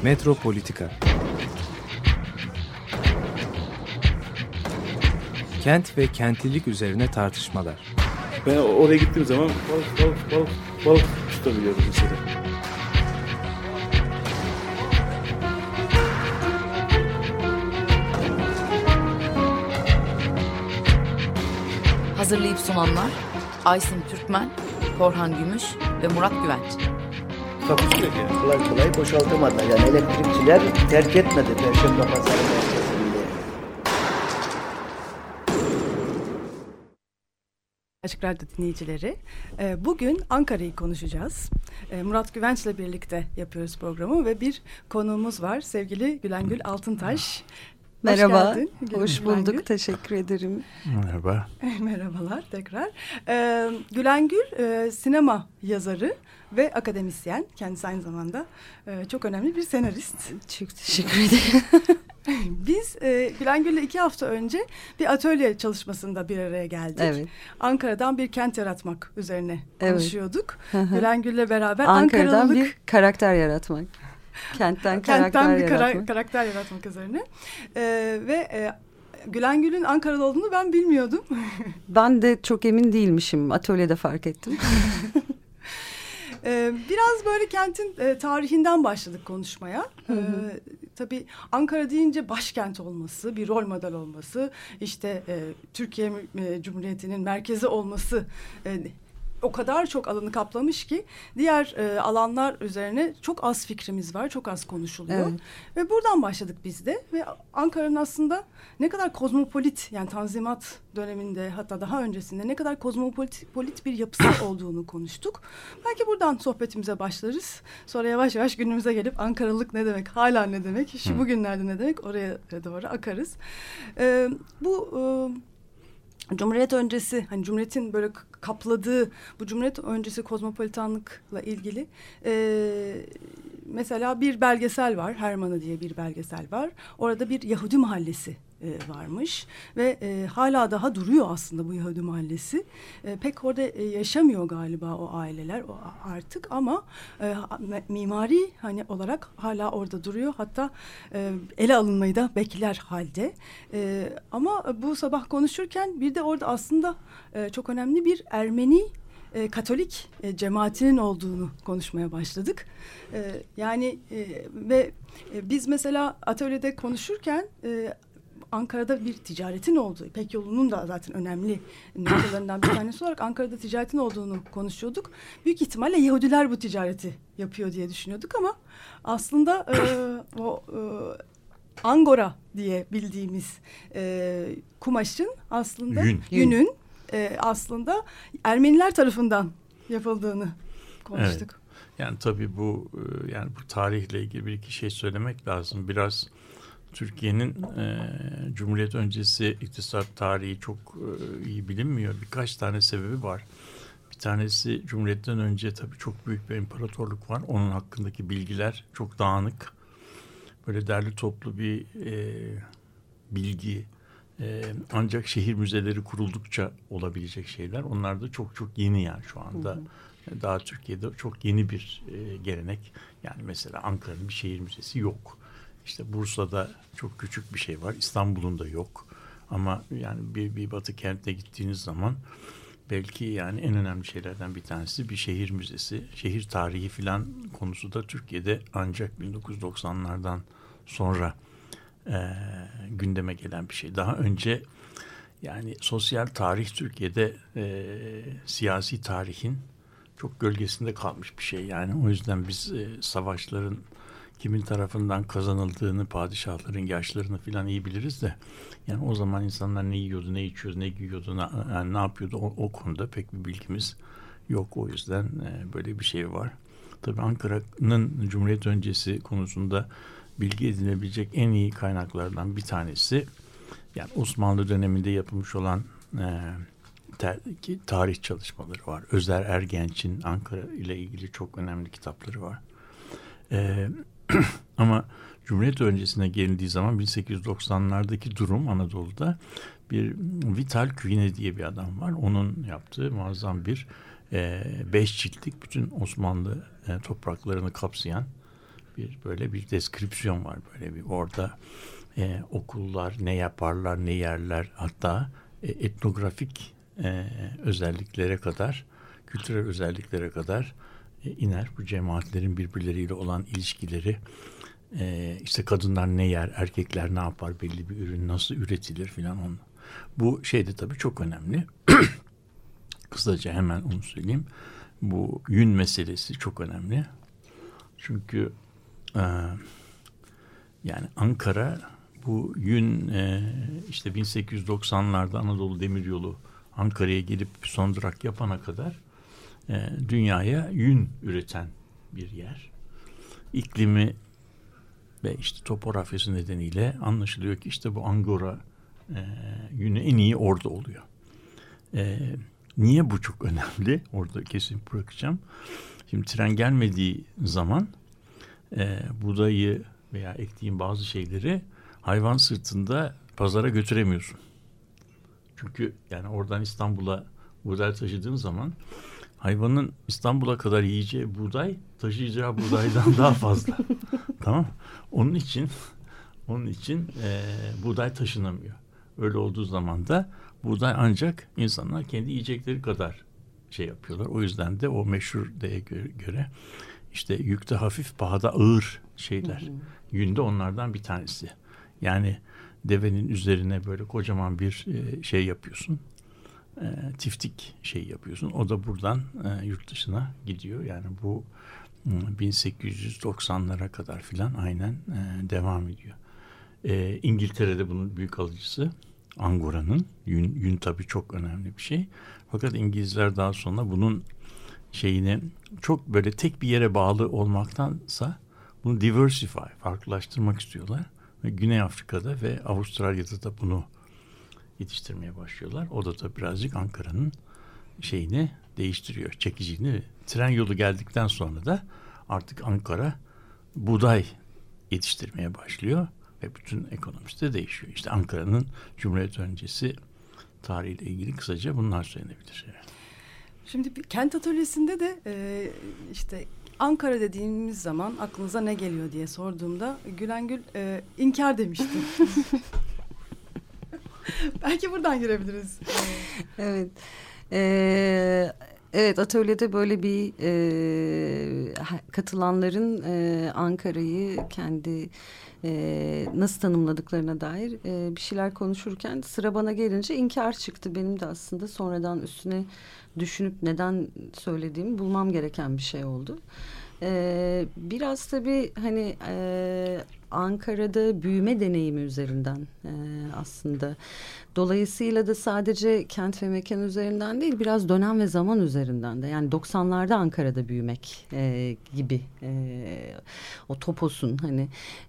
Metropolitika. Kent ve kentlilik üzerine tartışmalar. Ben oraya gittiğim zaman balık tutabiliyorum mesela. Hazırlayıp sunanlar Aysin Türkmen, Korhan Gümüş ve Murat Güvenç. Takusuyor yani. Kolay kolay boşaltamadılar. Yani elektrikçiler terk etmedi Perşembe Pazarı merkezinde. Açık Radyo dinleyicileri, bugün Ankara'yı konuşacağız. Murat Güvenç'le birlikte yapıyoruz programı ve bir konuğumuz var. Sevgili Gülengül Altıntaş. Merhaba, Hoş hoş Gülengül. bulduk. Teşekkür ederim. Merhaba. Merhabalar tekrar. Gülengül sinema yazarı ve akademisyen. Kendisi aynı zamanda çok önemli bir senarist. Çok teşekkür ederim. Biz Gülengül'le 2 hafta önce bir atölye çalışmasında bir araya geldik. Evet. Ankara'dan bir kent yaratmak üzerine Evet. konuşuyorduk. Gülengül'le beraber Ankara'dan Ankaralılık, bir karakter yaratmak. Kentten kentten bir yaratmak. karakter yaratmak üzerine. Gülengül'ün Ankaralı olduğunu ben bilmiyordum. Ben de çok emin değilmişim. Atölyede fark ettim. Biraz böyle kentin tarihinden başladık konuşmaya. Tabii Ankara deyince başkent olması, bir rol model olması, işte Türkiye Cumhuriyeti'nin merkezi olması o kadar çok alanı kaplamış ki diğer alanlar üzerine çok az fikrimiz var, çok az konuşuluyor. Evet. Ve buradan başladık biz de ve Ankara'nın aslında ne kadar kozmopolit, yani Tanzimat döneminde hatta daha öncesinde ne kadar kozmopolit bir yapısı olduğunu konuştuk. Belki buradan sohbetimize başlarız. Sonra yavaş yavaş günümüze gelip Ankaralılık ne demek, hala ne demek, şu bugünlerde ne demek, oraya doğru akarız. Cumhuriyet öncesi, hani Cumhuriyet'in böyle kapladığı bu Cumhuriyet öncesi kozmopolitanlıkla ilgili mesela bir belgesel var. Hermanı diye bir belgesel var. Orada bir Yahudi mahallesi varmış ve hala daha duruyor aslında bu Yahudi mahallesi. Pek orada yaşamıyor galiba o aileler artık ama mimari hani olarak hala orada duruyor. Hatta ele alınmayı da bekler halde. Ama bu sabah konuşurken bir de orada aslında çok önemli bir Ermeni Katolik cemaatinin olduğunu konuşmaya başladık. Biz mesela atölyede konuşurken Ankara'da bir ticaretin olduğu, İpek Yolu'nun da zaten önemli noktalarından bir tanesi olarak Ankara'da ticaretin olduğunu konuşuyorduk. Büyük ihtimalle Yahudiler bu ticareti yapıyor diye düşünüyorduk ama aslında Angora diye bildiğimiz kumaşın aslında yünün aslında Ermeniler tarafından yapıldığını konuştuk. Evet. Yani tabii bu tarihle ilgili bir iki şey söylemek lazım. Biraz Türkiye'nin Cumhuriyet öncesi iktisat tarihi çok iyi bilinmiyor. Birkaç tane sebebi var. Bir tanesi Cumhuriyet'ten önce tabii çok büyük bir imparatorluk var. Onun hakkındaki bilgiler çok dağınık. Böyle derli toplu bir bilgi ancak şehir müzeleri kuruldukça olabilecek şeyler. Onlar da çok çok yeni yani şu anda. Daha Türkiye'de çok yeni bir gelenek. Yani mesela Ankara'nın bir şehir müzesi yok. İşte Bursa'da çok küçük bir şey var. İstanbul'un da yok. Ama yani bir Batı kentine gittiğiniz zaman belki yani en önemli şeylerden bir tanesi bir şehir müzesi. Şehir tarihi filan konusu da Türkiye'de ancak 1990'lardan sonra gündeme gelen bir şey. Daha önce yani sosyal tarih Türkiye'de siyasi tarihin çok gölgesinde kalmış bir şey. Yani o yüzden biz savaşların kimin tarafından kazanıldığını, padişahların yaşlarını filan iyi biliriz de yani o zaman insanlar ne yiyordu, ne içiyordu, ne giyiyordu, ne yapıyordu o konuda pek bir bilgimiz yok. O yüzden böyle bir şey var. Tabii Ankara'nın Cumhuriyet öncesi konusunda bilgi edinebilecek en iyi kaynaklardan bir tanesi yani Osmanlı döneminde yapılmış olan tarih çalışmaları var. Özer Ergenç'in Ankara ile ilgili çok önemli kitapları var. Ama Cumhuriyet öncesine gelindiği zaman 1890'lardaki durum Anadolu'da bir Vital Kühne diye bir adam var. Onun yaptığı muazzam bir 5 ciltlik bütün Osmanlı topraklarını kapsayan böyle bir deskripsiyon var, böyle bir orada okullar ne yaparlar, ne yerler, hatta etnografik özelliklere kadar, kültürel özelliklere kadar iner. Bu cemaatlerin birbirleriyle olan ilişkileri, işte kadınlar ne yer, erkekler ne yapar, belli bir ürün nasıl üretilir filan. Bu şey de tabii çok önemli. Kısaca hemen onu söyleyeyim. Bu yün meselesi çok önemli. Çünkü yani Ankara bu yün işte 1890'larda Anadolu Demiryolu Ankara'ya gelip son durak yapana kadar dünyaya yün üreten bir yer. İklimi ve işte topografyası nedeniyle anlaşılıyor ki işte bu Angora yünü en iyi orada oluyor. Niye bu çok önemli? Orada kesin bırakacağım. Şimdi tren gelmediği zaman buğdayı veya ektiğin bazı şeyleri hayvan sırtında pazara götüremiyorsun. Çünkü yani oradan İstanbul'a buğday taşıdığın zaman hayvanın İstanbul'a kadar yiyeceği buğday taşıyacağı buğdaydan daha fazla. Tamam. Onun için buğday taşınamıyor. Öyle olduğu zaman da buğday ancak insanlar kendi yiyecekleri kadar şey yapıyorlar. O yüzden de o meşhur deye göre işte yükte hafif, pahada ağır şeyler. Yün de onlardan bir tanesi. Yani devenin üzerine böyle kocaman bir şey yapıyorsun. Tiftik şey yapıyorsun. O da buradan yurt dışına gidiyor. Yani bu 1890'lara kadar filan aynen devam ediyor. İngiltere'de bunun büyük alıcısı Angora'nın. Yün tabii çok önemli bir şey. Fakat İngilizler daha sonra bunun şeyini çok böyle tek bir yere bağlı olmaktansa bunu diversify, farklılaştırmak istiyorlar. Ve Güney Afrika'da ve Avustralya'da da bunu yetiştirmeye başlıyorlar. O da birazcık Ankara'nın şeyini değiştiriyor, çekiciliğini. Tren yolu geldikten sonra da artık Ankara buğday yetiştirmeye başlıyor ve bütün ekonomisi de değişiyor. İşte Ankara'nın Cumhuriyet öncesi tarihiyle ilgili kısaca bunlar söylenebilir. Evet. Şimdi kent atölyesinde de işte Ankara dediğimiz zaman aklınıza ne geliyor diye sorduğumda Gülengül inkar demişti. Belki buradan girebiliriz. Evet. Evet, atölyede böyle bir katılanların Ankara'yı kendi nasıl tanımladıklarına dair bir şeyler konuşurken sıra bana gelince inkar çıktı. Benim de aslında sonradan üstüne düşünüp neden söylediğimi bulmam gereken bir şey oldu. Biraz tabii hani Ankara'da büyüme deneyimi üzerinden aslında. Dolayısıyla da sadece kent ve mekan üzerinden değil, biraz dönem ve zaman üzerinden de. Yani 90'larda Ankara'da büyümek gibi o toposun hani.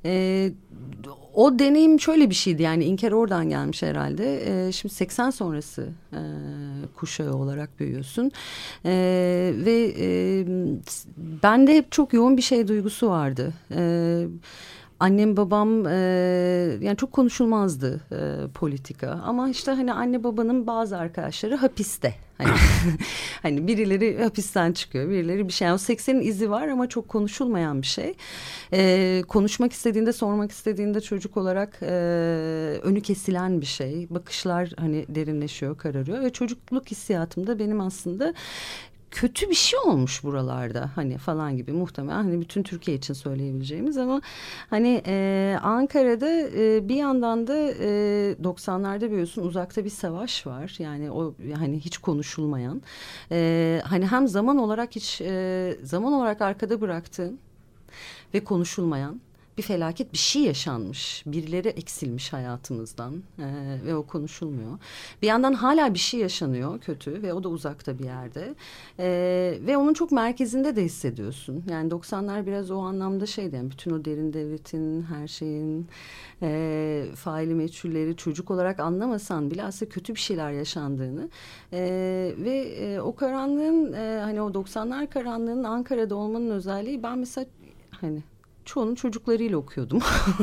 O deneyim şöyle bir şeydi, yani inkar oradan gelmiş herhalde. Şimdi 80 sonrası kuşağı olarak büyüyorsun. Ve bende hep çok yoğun bir şey duygusu vardı. Annem babam yani çok konuşulmazdı politika, ama işte hani anne babanın bazı arkadaşları hapiste, hani, hani birileri hapisten çıkıyor, birileri bir şey, yani o 80'in izi var ama çok konuşulmayan bir şey. Konuşmak istediğinde, sormak istediğinde çocuk olarak önü kesilen bir şey, bakışlar hani derinleşiyor, kararıyor ve çocukluk hissiyatımda benim aslında kötü bir şey olmuş buralarda hani falan gibi, muhtemelen hani bütün Türkiye için söyleyebileceğimiz, ama hani Ankara'da bir yandan da 90'larda biliyorsun uzakta bir savaş var, yani o hani hiç konuşulmayan, hani hem zaman olarak hiç zaman olarak arkada bıraktığın ve konuşulmayan bir felaket, bir şey yaşanmış. Birileri eksilmiş hayatımızdan ve o konuşulmuyor. Bir yandan hala bir şey yaşanıyor kötü ve o da uzakta bir yerde. Ve onun çok merkezinde de hissediyorsun. Yani 90'lar biraz o anlamda şeydi, yani bütün o derin devletin, her şeyin faili meçhulleri çocuk olarak anlamasan bile aslında kötü bir şeyler yaşandığını ve o karanlığın hani o 90'lar karanlığının Ankara'da olmanın özelliği, ben mesela hani çoğunun çocuklarıyla okuyordum.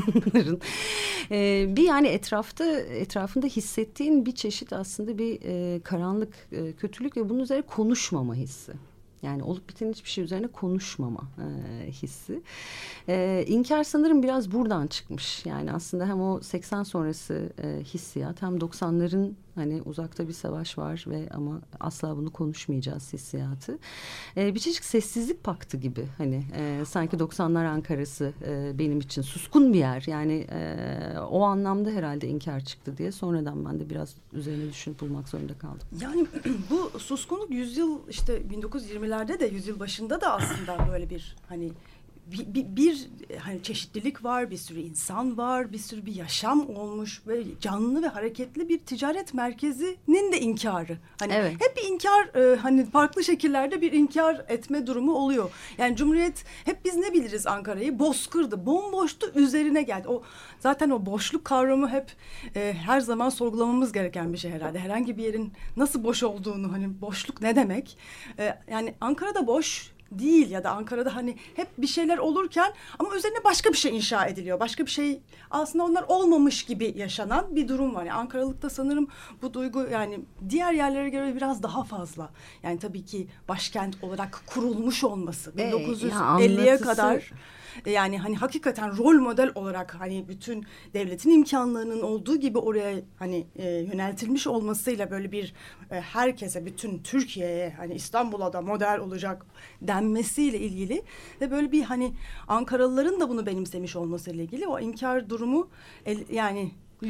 Bir yani etrafında hissettiğin bir çeşit aslında bir karanlık, kötülük ve bunun üzerine konuşmama hissi. Yani olup biten hiçbir şey üzerine konuşmama hissi. İnkar sanırım biraz buradan çıkmış. Yani aslında hem o 80 sonrası hissiyat hem 90'ların hani uzakta bir savaş var ve ama asla bunu konuşmayacağız hissiyatı. Bir çeşit sessizlik paktı gibi. Hani sanki 90'lar Ankara'sı benim için suskun bir yer. Yani o anlamda herhalde inkar çıktı diye sonradan ben de biraz üzerine düşünüp bulmak zorunda kaldım. Yani bu suskunluk yüzyıl işte 1920'lerde de yüzyıl başında da aslında böyle bir hani bir hani çeşitlilik var, bir sürü insan var, bir sürü bir yaşam olmuş ve canlı ve hareketli bir ticaret merkezinin de inkarı. Hani evet. Hep bir inkar hani farklı şekillerde bir inkar etme durumu oluyor. Yani Cumhuriyet hep biz ne biliriz Ankara'yı? Bozkırdı, bomboştu, üzerine geldi. O zaten o boşluk kavramı hep her zaman sorgulamamız gereken bir şey herhalde. Herhangi bir yerin nasıl boş olduğunu, hani boşluk ne demek? Yani Ankara'da boş değil ya da Ankara'da hani hep bir şeyler olurken ama üzerine başka bir şey inşa ediliyor. Başka bir şey aslında onlar olmamış gibi yaşanan bir durum var. Yani Ankaralıkta sanırım bu duygu yani diğer yerlere göre biraz daha fazla. Yani tabii ki başkent olarak kurulmuş olması 1950'ye kadar yani hani hakikaten rol model olarak hani bütün devletin imkanlarının olduğu gibi oraya hani yöneltilmiş olmasıyla böyle bir herkese bütün Türkiye'ye hani İstanbul'a da model olacak denmesiyle ilgili ve böyle bir hani Ankaralıların da bunu benimsemiş olmasıyla ilgili o inkar durumu yani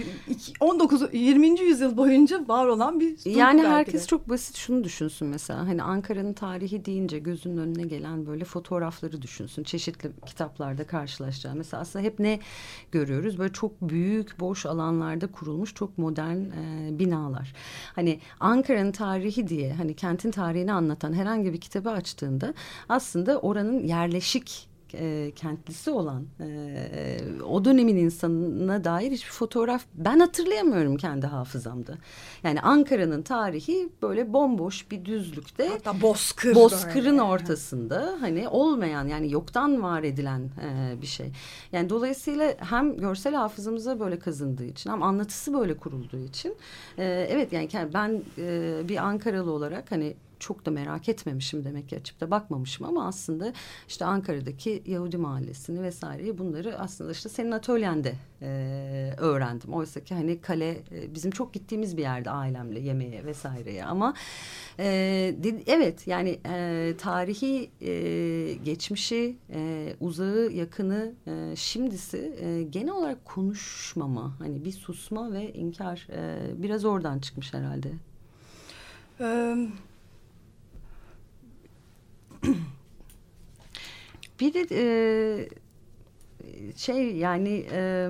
20. yüzyıl boyunca var olan bir duygu. Yani herkes çok basit şunu düşünsün mesela. Hani Ankara'nın tarihi deyince gözünün önüne gelen böyle fotoğrafları düşünsün. Çeşitli kitaplarda karşılaşacağı. Mesela aslında hep ne görüyoruz? Böyle çok büyük boş alanlarda kurulmuş çok modern binalar. Hani Ankara'nın tarihi diye hani kentin tarihini anlatan herhangi bir kitabı açtığında aslında oranın yerleşik kentlisi olan o dönemin insanına dair hiçbir fotoğraf ben hatırlayamıyorum kendi hafızamda. Yani Ankara'nın tarihi böyle bomboş bir düzlükte hatta bozkırın böyle. Ortasında hani olmayan yani yoktan var edilen bir şey. Yani dolayısıyla hem görsel hafızamıza böyle kazındığı için hem anlatısı böyle kurulduğu için evet yani ben bir Ankaralı olarak hani çok da merak etmemişim demek ki açıp da bakmamışım ama aslında işte Ankara'daki Yahudi mahallesini vesaireyi bunları aslında işte senin atölyende öğrendim. Oysa ki hani kale bizim çok gittiğimiz bir yerde ailemle yemeğe vesaireye ama evet yani tarihi geçmişi uzağı yakını şimdisi genel olarak konuşmama hani bir susma ve inkar biraz oradan çıkmış herhalde. Bir de yani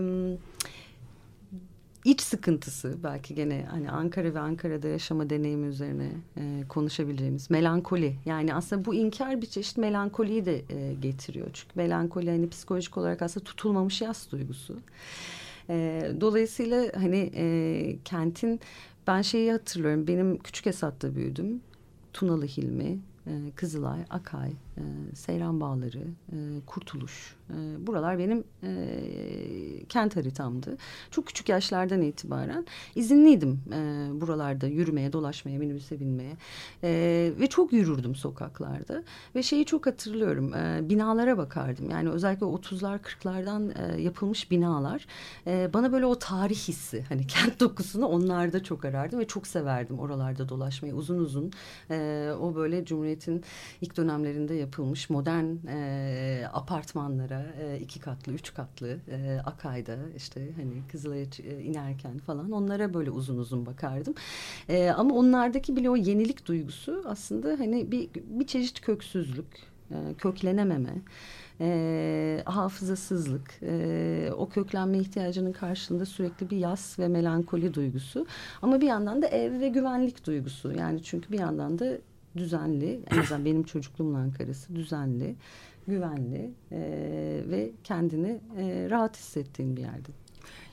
iç sıkıntısı belki gene hani Ankara ve Ankara'da yaşama deneyimi üzerine konuşabileceğimiz melankoli. Yani aslında bu inkar bir çeşit melankoliyi de getiriyor. Çünkü melankoli hani psikolojik olarak aslında tutulmamış yas duygusu. Dolayısıyla hani kentin ben şeyi hatırlıyorum benim Küçük Esat'ta büyüdüm. Tunalı Hilmi, Kızılay, Akay, Seyran Bağları, Kurtuluş. Buralar benim kent haritamdı. Çok küçük yaşlardan itibaren izinliydim buralarda yürümeye, dolaşmaya, minibüse binmeye. Ve çok yürürdüm sokaklarda. Ve şeyi çok hatırlıyorum. Binalara bakardım. Yani özellikle 30'lar, 40'lardan yapılmış binalar. Bana böyle o tarih hissi, hani kent dokusunu onlarda çok arardım ve çok severdim oralarda dolaşmayı. Uzun uzun o böyle Cumhuriyet'in ilk dönemlerinde yapılmış modern apartmanlara 2 katlı, 3 katlı Akay'da işte hani Kızılay'a inerken falan onlara böyle uzun uzun bakardım. Ama onlardaki bile o yenilik duygusu aslında hani bir çeşit köksüzlük, köklenememe, hafızasızlık, o köklenme ihtiyacının karşılığında sürekli bir yas ve melankoli duygusu. Ama bir yandan da ev ve güvenlik duygusu. Yani çünkü bir yandan da düzenli, en azından benim çocukluğumun Ankara'sı düzenli, güvenli ve kendini rahat hissettiğin bir yerde.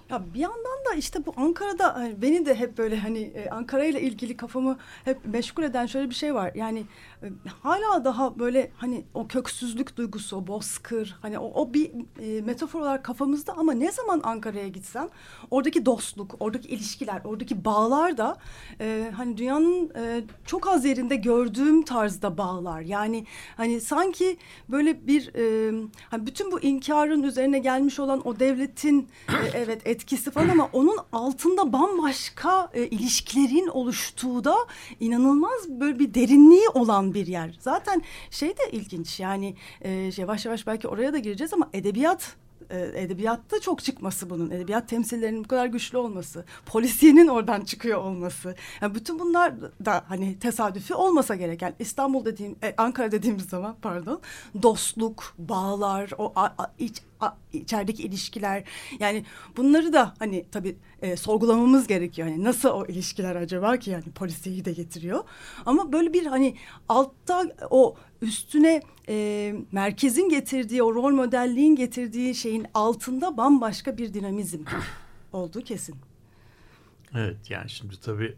Ya bir yandan da işte bu Ankara'da hani beni de hep böyle hani Ankara ile ilgili kafamı hep meşgul eden şöyle bir şey var. Yani hala daha böyle hani o köksüzlük duygusu, o bozkır, hani o bir metafor olarak kafamızda, ama ne zaman Ankara'ya gitsem oradaki dostluk, oradaki ilişkiler, oradaki bağlar da hani dünyanın çok az yerinde gördüğüm tarzda bağlar. Yani hani sanki böyle bir hani bütün bu inkarın üzerine gelmiş olan o devletin evet etkisi falan, ama onun altında bambaşka ilişkilerin oluştuğu da inanılmaz böyle bir derinliği olan bir yer. Zaten şey de ilginç, yani yavaş yavaş belki oraya da gireceğiz, ama edebiyatta çok çıkması bunun. Edebiyat temsillerinin bu kadar güçlü olması, polisiyenin oradan çıkıyor olması. Yani bütün bunlar da hani tesadüfi olmasa gereken, Ankara dediğimiz zaman dostluk, bağlar, o içerideki ilişkiler, yani bunları da hani tabii sorgulamamız gerekiyor. Hani nasıl o ilişkiler acaba ki, yani polisiyeyi de getiriyor. Ama böyle bir hani altta o üstüne merkezin getirdiği, o rol modelliğin getirdiği şeyin altında bambaşka bir dinamizm olduğu kesin. Evet, yani şimdi tabii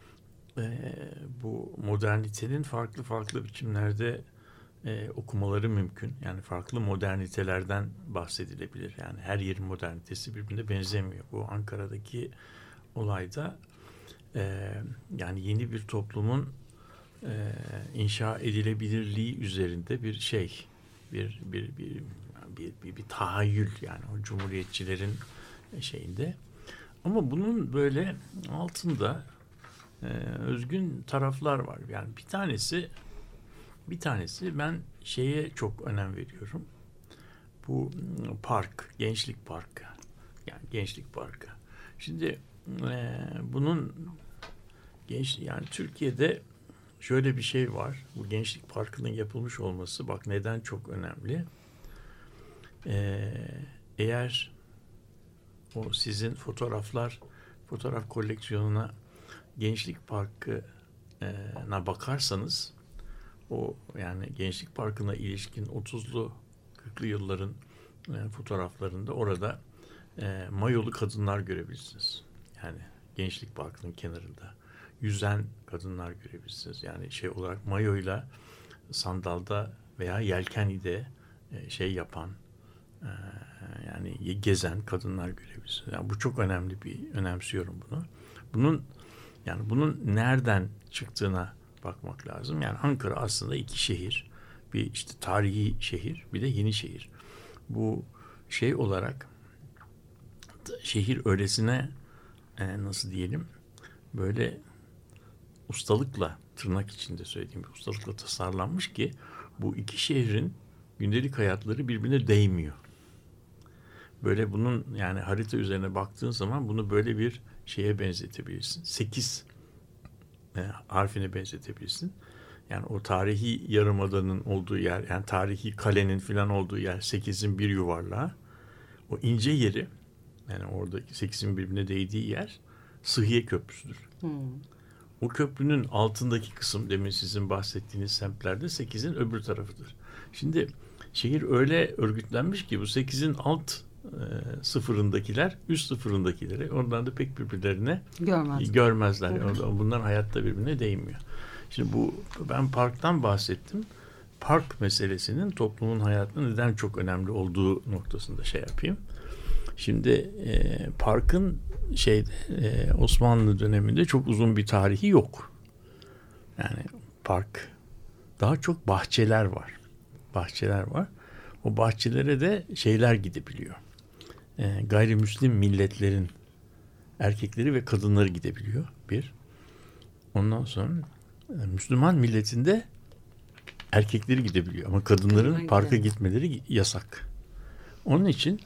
bu modernitenin farklı biçimlerde okumaları mümkün. Yani farklı modernitelerden bahsedilebilir. Yani her yerin modernitesi birbirine benzemiyor. Bu Ankara'daki olayda yani yeni bir toplumun inşa edilebilirliği üzerinde bir şey, bir tahayyül, yani o cumhuriyetçilerin şeyinde. Ama bunun böyle altında özgün taraflar var. Yani bir tanesi ben şeye çok önem veriyorum. Bu park, gençlik parkı. Yani gençlik parkı. Şimdi bunun yani Türkiye'de şöyle bir şey var. Bu gençlik parkının yapılmış olması, bak neden çok önemli. Eğer o sizin fotoğraf koleksiyonuna gençlik parkına bakarsanız, o yani gençlik parkına ilişkin 30'lu 40'lı yılların fotoğraflarında orada mayolu kadınlar görebilirsiniz. Yani gençlik parkının kenarında yüzen kadınlar görebilirsiniz. Yani şey olarak mayoyla sandalda veya yelkenide şey yapan, yani gezen kadınlar görebilirsiniz. Yani bu çok önemli, önemsiyorum bunu. Bunun nereden çıktığına bakmak lazım. Yani Ankara aslında iki şehir. Bir işte tarihi şehir, bir de yeni şehir. Bu şey olarak şehir öylesine nasıl diyelim, böyle ustalıkla, tırnak içinde söylediğim bir ustalıkla tasarlanmış ki bu iki şehrin gündelik hayatları birbirine değmiyor. Böyle bunun, yani harita üzerine baktığın zaman bunu böyle bir şeye benzetebilirsin. 8 harfine benzetebilirsin. Yani o tarihi yarımadanın olduğu yer, yani tarihi kalenin filan olduğu yer 8'in bir yuvarlağı. O ince yeri, yani oradaki 8'in birbirine değdiği yer Sıhhiye Köprüsü'dür. O köprünün altındaki kısım, demin sizin bahsettiğiniz semtlerde 8'in öbür tarafıdır. Şimdi şehir öyle örgütlenmiş ki bu 8'in alt sıfırındakiler üst sıfırındakileri oradan da pek birbirlerine görmezler. Evet. Bunlar hayatta birbirine değmiyor. Şimdi ben parktan bahsettim. Park meselesinin toplumun hayatında neden çok önemli olduğu noktasında şey yapayım. Şimdi parkın Osmanlı döneminde çok uzun bir tarihi yok. Yani park, daha çok bahçeler var. O bahçelere de şeyler gidebiliyor. Gayrimüslim milletlerin erkekleri ve kadınları gidebiliyor. Bir. Ondan sonra Müslüman milletinde erkekleri gidebiliyor ama kadınların parka gitmeleri yasak. Onun için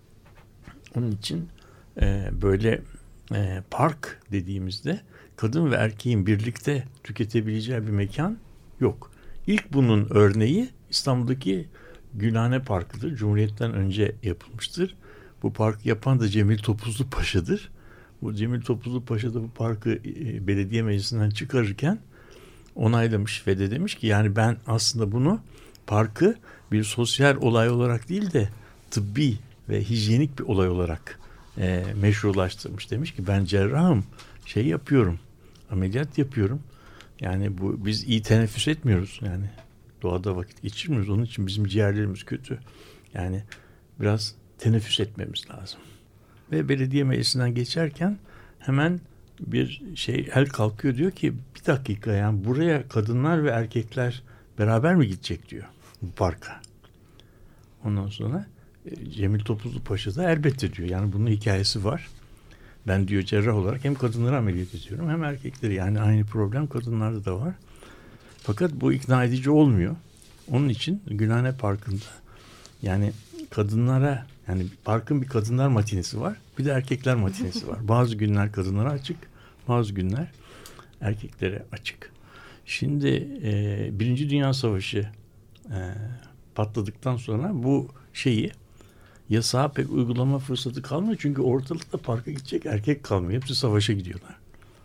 böyle park dediğimizde kadın ve erkeğin birlikte tüketebileceği bir mekan yok. İlk bunun örneği İstanbul'daki Gülhane Parkı'dır. Cumhuriyet'ten önce yapılmıştır. Bu parkı yapan da Cemil Topuzlu Paşa'dır. Bu Cemil Topuzlu Paşa da bu parkı belediye meclisinden çıkarırken onaylamış ve de demiş ki, yani ben aslında bunu, parkı bir sosyal olay olarak değil de tıbbi ve hijyenik bir olay olarak meşrulaştırmış. Demiş ki ben cerrahım, şey yapıyorum, ameliyat yapıyorum. Yani biz iyi teneffüs etmiyoruz. Yani doğada vakit geçirmiyoruz. Onun için bizim ciğerlerimiz kötü. Yani biraz teneffüs etmemiz lazım. Ve belediye meclisinden geçerken hemen bir el kalkıyor, diyor ki bir dakika, yani buraya kadınlar ve erkekler beraber mi gidecek diyor bu parka. Ondan sonra Cemil Topuzlu Paşa da elbette diyor. Yani bunun hikayesi var. Ben diyor cerrah olarak hem kadınları ameliyat ediyorum hem erkekleri. Yani aynı problem kadınlarda da var. Fakat bu ikna edici olmuyor. Onun için Gülhane Parkı'nda yani kadınlara, yani parkın bir kadınlar matinesi var, bir de erkekler matinesi var. Bazı günler kadınlara açık, bazı günler erkeklere açık. Şimdi Birinci Dünya Savaşı patladıktan sonra bu yasağı pek uygulama fırsatı kalmıyor. Çünkü ortalıkta parka gidecek erkek kalmıyor. Hepsi savaşa gidiyorlar.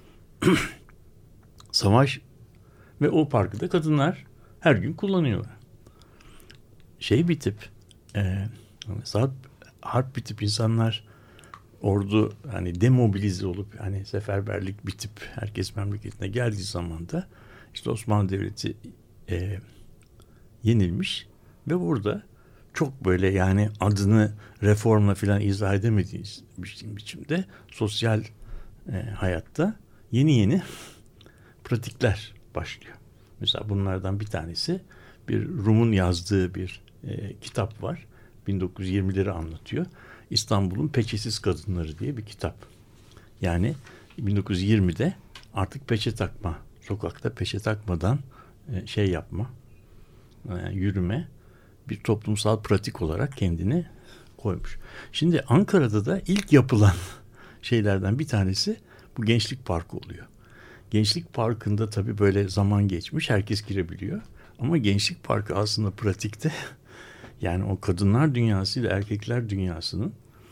Savaş ve o parkı da kadınlar her gün kullanıyorlar. Bitip harp bitip insanlar, ordu hani demobilize olup hani seferberlik bitip herkes memleketine geldiği zaman da işte Osmanlı Devleti yenilmiş ve burada çok böyle yani adını reformla filan izah edemediği biçimde sosyal hayatta yeni pratikler başlıyor. Mesela bunlardan bir tanesi bir Rum'un yazdığı bir kitap var. 1920'leri anlatıyor. İstanbul'un Peçesiz Kadınları diye bir kitap. Yani 1920'de artık peçe takma, sokakta peçe takmadan yapma, yürüme bir toplumsal pratik olarak kendini koymuş. Şimdi Ankara'da da ilk yapılan şeylerden bir tanesi bu Gençlik Parkı oluyor. Gençlik Parkı'nda tabii böyle zaman geçmiş, herkes girebiliyor. Ama Gençlik Parkı aslında pratikte yani o kadınlar dünyası ile erkekler dünyasının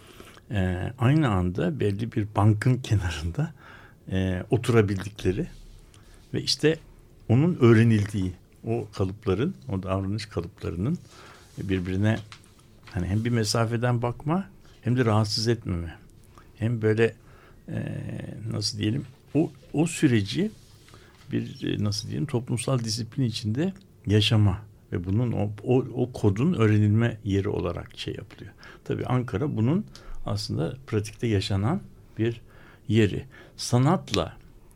aynı anda belli bir bankın kenarında oturabildikleri ve işte onun öğrenildiği, o kalıpların, o davranış kalıplarının birbirine hani hem bir mesafeden bakma hem de rahatsız etmeme, hem böyle nasıl diyelim o süreci bir toplumsal disiplin içinde yaşama ve bunun o kodun öğrenilme yeri olarak yapılıyor. Tabii Ankara bunun aslında pratikte yaşanan bir yeri. Sanatla,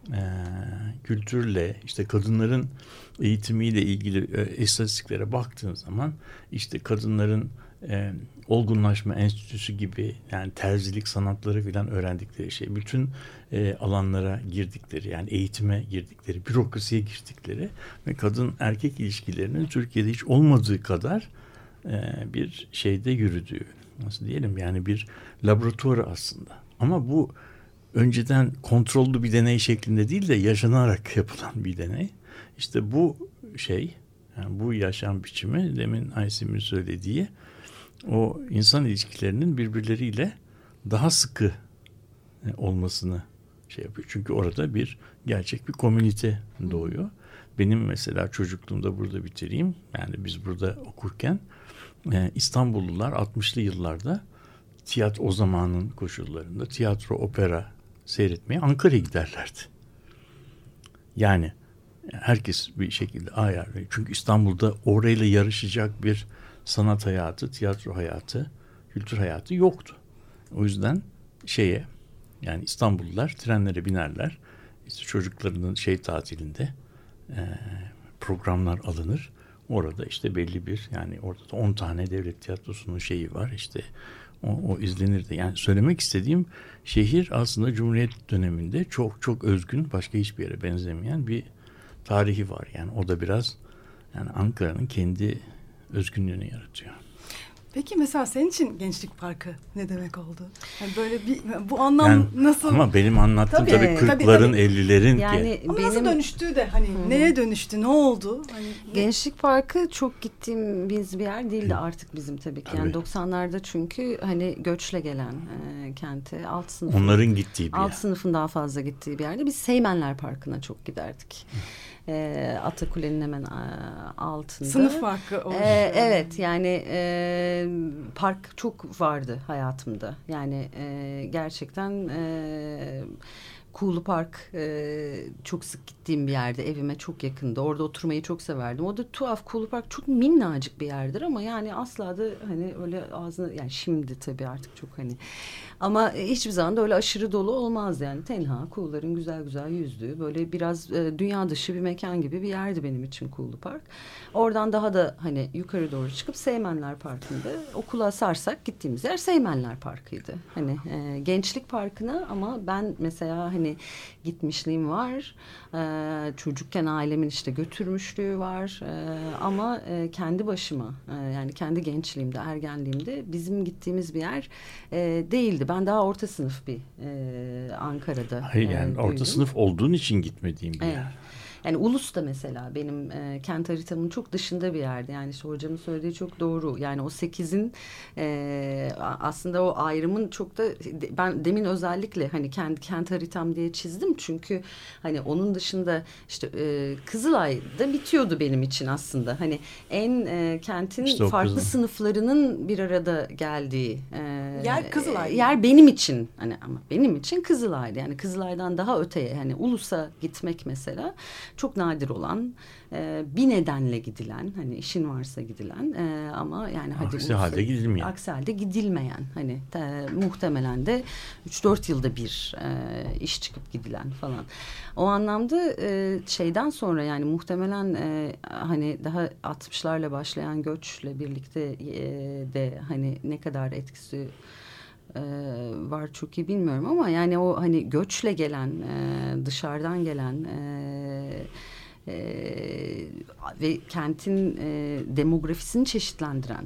kültürle, işte kadınların eğitimiyle ilgili istatistiklere baktığın zaman işte kadınların olgunlaşma enstitüsü gibi yani terzilik sanatları filan öğrendikleri bütün alanlara girdikleri, yani eğitime girdikleri, bürokrasiye girdikleri ve kadın erkek ilişkilerinin Türkiye'de hiç olmadığı kadar bir yürüdüğü, nasıl diyelim, yani bir laboratuvarı aslında. Ama bu önceden kontrollü bir deney şeklinde değil de yaşanarak yapılan bir deney. İşte bu yani bu yaşam biçimi demin Aysim'in söylediği o insan ilişkilerinin birbirleriyle daha sıkı olmasını yapıyor. Çünkü orada gerçek bir komünite doğuyor. Benim mesela çocukluğumda burada bitireyim. Yani biz burada okurken İstanbullular 60'lı yıllarda o zamanın koşullarında tiyatro, opera seyretmeye Ankara'ya giderlerdi. Yani herkes bir şekilde ayarlıyor. Çünkü İstanbul'da orayla yarışacak bir sanat hayatı, tiyatro hayatı, kültür hayatı yoktu. O yüzden yani İstanbullular trenlere binerler. İşte çocuklarının tatilinde programlar alınır. Orada işte belli bir, yani orada da 10 tane devlet tiyatrosunun var. İşte o izlenirdi. Yani söylemek istediğim, şehir aslında Cumhuriyet döneminde çok çok özgün, başka hiçbir yere benzemeyen bir tarihi var. Yani o da biraz yani Ankara'nın kendi özgünlüğünü yaratıyor. Peki mesela senin için Gençlik Parkı ne demek oldu? Yani böyle bu anlam nasıl? Ama benim anlattığım tabii 40'ların 50'lerin yani ama nasıl dönüştü de neye dönüştü, ne oldu? Gençlik Parkı çok gittiğimiz bir yer değildi artık bizim tabii ki. Yani 90'larda çünkü göçle gelen kente alt sınıfın. Onların gittiği bir yer. Alt sınıfın daha fazla gittiği bir yerde. Biz Seymenler Parkı'na çok giderdik. Atakule'nin hemen altında. Sınıf farkı olmuş. Evet yani park çok vardı hayatımda. Yani gerçekten Kuğulu Park çok sık gittiğim bir yerde, evime çok yakındı. Orada oturmayı çok severdim. O da tuhaf, Kuğulu Park çok minnacık bir yerdir ama yani asla da hani öyle ağzına, yani şimdi tabii artık çok hani, ama hiçbir zaman da öyle aşırı dolu olmaz yani. Tenha, kuğuların güzel güzel yüzdüğü böyle biraz dünya dışı bir mekan gibi bir yerdi benim için Kuğulu Park. Oradan daha da hani yukarı doğru çıkıp Seymenler Parkı'nda okula sarsak gittiğimiz yer Seymenler Parkı'ydı. Hani Gençlik Parkı'na, ama ben mesela hani gitmişliğim var. Çocukken ailemin işte götürmüşlüğü var. Ama kendi başıma yani kendi gençliğimde, ergenliğimde bizim gittiğimiz bir yer değildi. Ben daha orta sınıf bir Ankara'da Hayır yani büyüdüm. orta sınıf olduğun için gitmediğim bir yer. Yani Ulus da mesela benim kent haritamın çok dışında bir yerde. Yani işte hocamın söylediği çok doğru. Yani o 8'in aslında o ayrımın çok da, ben demin özellikle hani kent haritam diye çizdim. Çünkü hani onun dışında işte Kızılay'da bitiyordu benim için aslında. Hani en kentin İşte farklı sınıflarının bir arada geldiği yer Kızılay. Yer benim için hani, ama benim için Kızılay'dı. Yani Kızılay'dan daha öteye, hani Ulus'a gitmek mesela çok nadir olan, bir nedenle gidilen, hani işin varsa gidilen, ama yani hadi Aksi halde gidilmeyen. Aksi halde gidilmeyen, hani muhtemelen de 3-4 yılda bir iş çıkıp gidilen falan. O anlamda şeyden sonra yani muhtemelen hani daha 60'larla başlayan göçle birlikte de hani ne kadar etkisi var çok iyi bilmiyorum, ama yani o hani göçle gelen, dışarıdan gelen ve kentin demografisini çeşitlendiren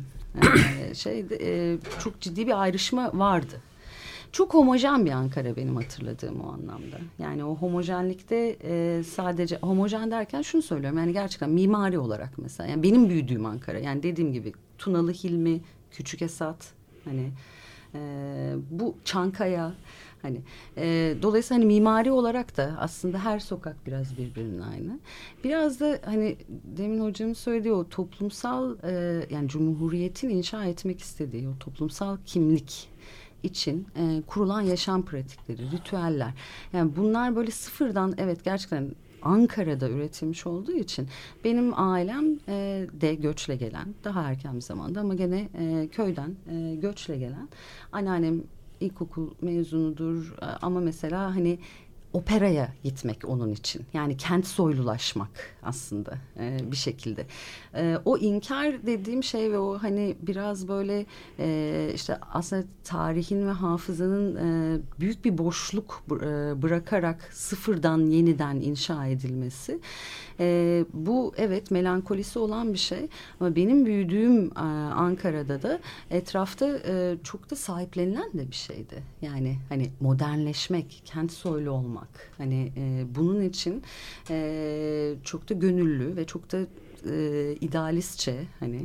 çok ciddi bir ayrışma vardı. Çok homojen bir Ankara benim hatırladığım o anlamda. Yani o homojenlikte sadece, homojen derken şunu söylüyorum, yani gerçekten mimari olarak mesela, yani benim büyüdüğüm Ankara, yani dediğim gibi Tunalı Hilmi, Küçük Esat, hani bu Çankaya, hani dolayısıyla hani mimari olarak da aslında her sokak biraz birbirinin aynı. Biraz da hani demin hocamın söylediği o toplumsal yani Cumhuriyet'in inşa etmek istediği o toplumsal kimlik için kurulan yaşam pratikleri, ritüeller. Yani bunlar böyle sıfırdan, evet gerçekten Ankara'da üretilmiş olduğu için benim ailem de göçle gelen, daha erken bir zamanda ama gene köyden göçle gelen. Anneannem ilkokul mezunudur ama mesela hani operaya gitmek onun için. Yani kent soylulaşmak aslında bir şekilde. O inkar dediğim şey ve o hani biraz böyle işte aslında tarihin ve hafızanın büyük bir boşluk bırakarak sıfırdan yeniden inşa edilmesi. Bu evet melankolisi olan bir şey. Ama benim büyüdüğüm Ankara'da da etrafta çok da sahiplenilen de bir şeydi. Yani hani modernleşmek, kent soylu olmak. Hani bunun için çok da gönüllü ve çok da idealistçe hani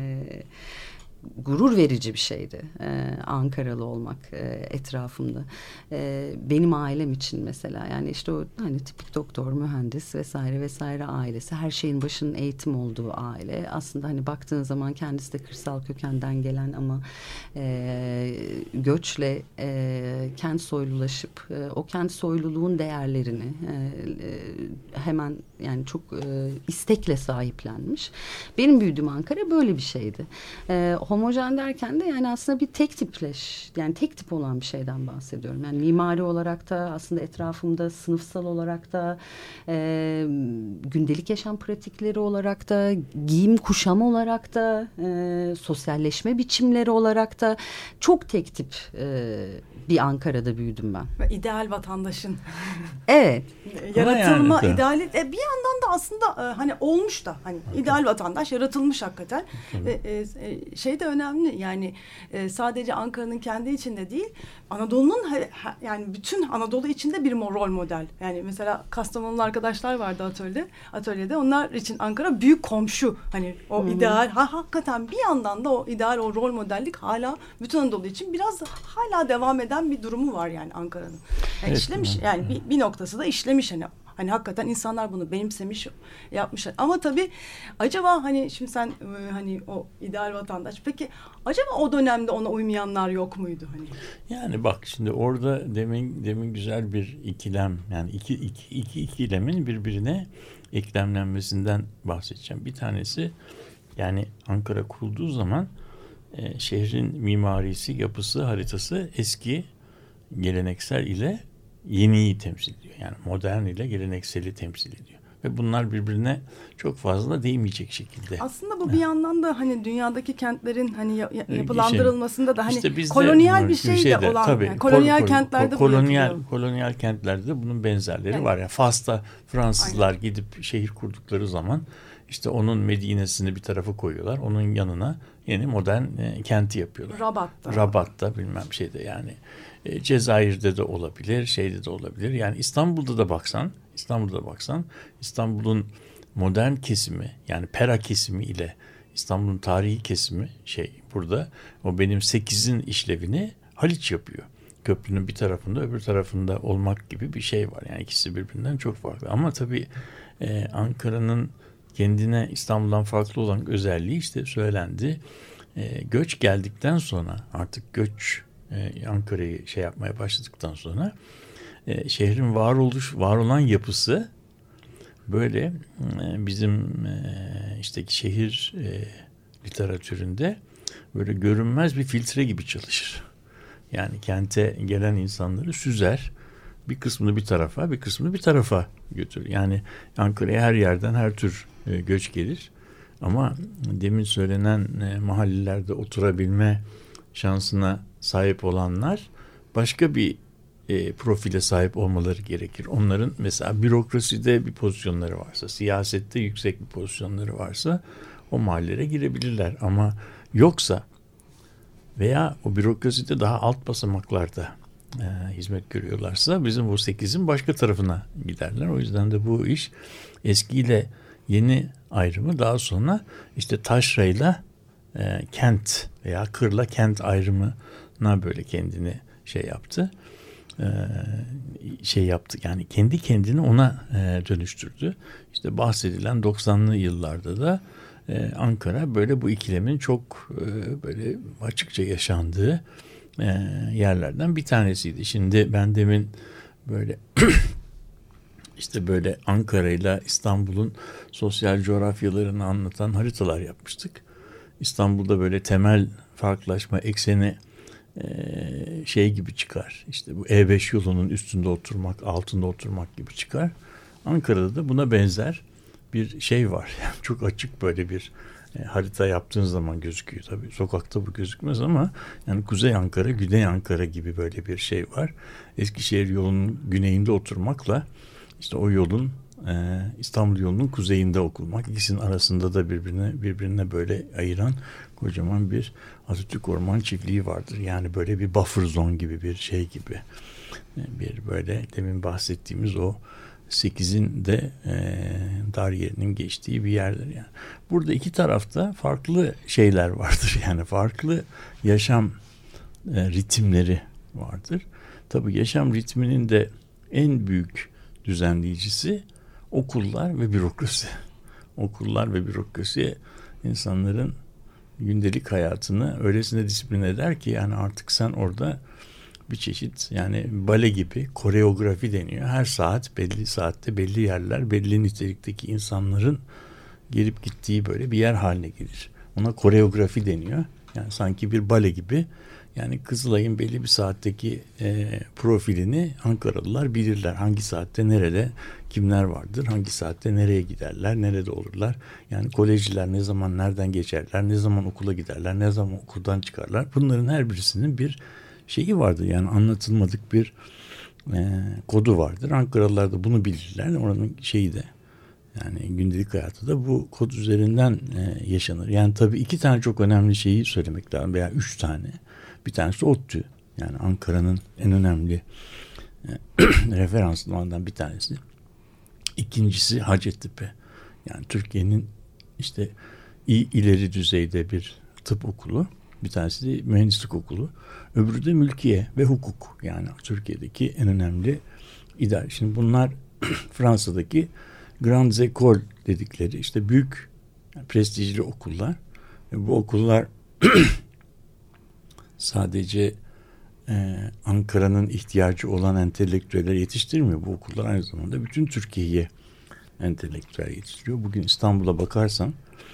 gurur verici bir şeydi Ankaralı olmak etrafımda. Benim ailem için mesela yani işte o hani tipik doktor, mühendis vesaire vesaire ailesi, her şeyin başının eğitim olduğu aile. Aslında hani baktığın zaman kendisi de kırsal kökenden gelen ama göçle kent soylulaşıp o kent soyluluğun değerlerini hemen yani çok istekle sahiplenmiş. Benim büyüdüğüm Ankara böyle bir şeydi. Homojen derken de yani aslında bir tek tip olan bir şeyden bahsediyorum. Yani mimari olarak da aslında etrafımda sınıfsal olarak da gündelik yaşam pratikleri olarak da giyim kuşam olarak da sosyalleşme biçimleri olarak da çok tek tip bir Ankara'da büyüdüm ben. Ve ideal vatandaşın. Evet. Yaratılma yani, ideali bir yandan da aslında hani olmuş da hani ideal vatandaş yaratılmış hakikaten. Şey de önemli yani sadece Ankara'nın kendi içinde değil, Anadolu'nun yani bütün Anadolu içinde bir rol model. Yani mesela Kastamonulu arkadaşlar vardı atölyede. Onlar için Ankara büyük komşu. Hani o ideal hakikaten bir yandan da o ideal, o rol modellik hala bütün Anadolu için biraz hala devam eden bir durumu var yani Ankara'nın. Yani evet, işlemiş yani bir noktası da işlemiş hani Hani hakikaten insanlar bunu benimsemiş, yapmışlar. Ama tabii acaba hani şimdi sen hani o ideal vatandaş, peki acaba o dönemde ona uymayanlar yok muydu hani? Yani bak şimdi orada demin güzel bir ikilem, yani iki ikilemin birbirine eklemlenmesinden bahsedeceğim. Bir tanesi, yani Ankara kurulduğu zaman şehrin mimarisi, yapısı, haritası eski geleneksel ile yeniyi temsil ediyor. Yani modern ile gelenekseli temsil ediyor. Ve bunlar birbirine çok fazla değmeyecek şekilde. Aslında bu bir yandan da hani dünyadaki kentlerin hani yapılandırılmasında da hani İşte bizde kolonyal bir şey de olan. Tabii, yani kolonyal kentlerde bu yapılıyor. Kolonyal kentlerde de bunun benzerleri Yani, var. Yani Fas'ta Fransızlar aynen. gidip şehir kurdukları zaman işte onun Medine'sini bir tarafa koyuyorlar. Onun yanına yeni modern kenti yapıyorlar. Rabat'ta bilmem şeyde, yani Cezayir'de de olabilir, şeyde de olabilir. Yani İstanbul'da baksan İstanbul'un modern kesimi, yani Pera kesimi ile İstanbul'un tarihi kesimi burada o benim 8'in işlevini Haliç yapıyor. Köprünün bir tarafında öbür tarafında olmak gibi bir şey var. Yani ikisi birbirinden çok farklı. Ama tabii Ankara'nın kendine İstanbul'dan farklı olan özelliği işte söylendi. Göç geldikten sonra, artık göç Ankara'yı yapmaya başladıktan sonra şehrin var olan yapısı böyle bizim işte şehir literatüründe böyle görünmez bir filtre gibi çalışır. Yani kente gelen insanları süzer. Bir kısmını bir tarafa, bir kısmını bir tarafa götürür. Yani Ankara'ya her yerden her tür göç gelir. Ama demin söylenen mahallelerde oturabilme şansına sahip olanlar başka bir profile sahip olmaları gerekir. Onların mesela bürokraside bir pozisyonları varsa, siyasette yüksek bir pozisyonları varsa o mahallelere girebilirler. Ama yoksa veya o bürokraside daha alt basamaklarda hizmet görüyorlarsa bizim bu 8'in başka tarafına giderler. O yüzden de bu iş eskiyle yeni ayrımı daha sonra işte taşrayla kent veya kırla kent ayrımına böyle kendini yaptı. Yani kendi kendini ona dönüştürdü. İşte bahsedilen 90'lı yıllarda da Ankara böyle bu ikilemin çok böyle açıkça yaşandığı yerlerden bir tanesiydi. Şimdi ben demin böyle işte böyle Ankara ile İstanbul'un sosyal coğrafyalarını anlatan haritalar yapmıştık. İstanbul'da böyle temel farklılaşma ekseni gibi çıkar. İşte bu E5 yolunun üstünde oturmak, altında oturmak gibi çıkar. Ankara'da da buna benzer bir şey var. Yani çok açık böyle bir harita yaptığın zaman gözüküyor. Tabii sokakta bu gözükmez ama yani Kuzey Ankara, Güney Ankara gibi böyle bir şey var. Eskişehir yolunun güneyinde oturmakla işte o yolun İstanbul yolunun kuzeyinde okunmak, ikisinin arasında da birbirine böyle ayıran kocaman bir Atatürk Orman Çiftliği vardır. Yani böyle bir buffer zone gibi bir şey gibi. Bir böyle demin bahsettiğimiz o 8'in de dar yerinin geçtiği bir yerdir yani. Burada iki tarafta farklı şeyler vardır. Yani farklı yaşam ritimleri vardır. Tabii yaşam ritminin de en büyük düzenleyicisi okullar ve bürokrasi. Okullar ve bürokrasi insanların gündelik hayatını öylesine disiplin eder ki yani artık sen orada bir çeşit yani bale gibi koreografi deniyor. Her saat belli saatte belli yerler belli nitelikteki insanların gelip gittiği böyle bir yer haline gelir. Ona koreografi deniyor. Yani sanki bir bale gibi. Yani Kızılay'ın belli bir saatteki profilini Ankaralılar bilirler. Hangi saatte nerede kimler vardır, hangi saatte nereye giderler, nerede olurlar. Yani kolejciler ne zaman nereden geçerler, ne zaman okula giderler, ne zaman okuldan çıkarlar. Bunların her birisinin bir şeyi vardır. Yani anlatılmadık bir kodu vardır. Ankaralılar da bunu bilirler. Oranın şeyi de yani gündelik hayatı da bu kod üzerinden yaşanır. Yani tabii iki tane çok önemli şeyi söylemek lazım veya 3 tane. Bir tanesi ODTÜ. Yani Ankara'nın en önemli referanslarından bir tanesi. İkincisi Hacettepe. Yani Türkiye'nin işte ileri düzeyde bir tıp okulu. Bir tanesi de mühendislik okulu. Öbürü de mülkiye ve hukuk. Yani Türkiye'deki en önemli idare. Şimdi bunlar Fransa'daki Grandes Écoles dedikleri işte büyük prestijli okullar. Bu okullar sadece Ankara'nın ihtiyacı olan entelektüelleri yetiştirmiyor. Bu okullar aynı zamanda bütün Türkiye'ye entelektüel yetiştiriyor. Bugün İstanbul'a bakarsan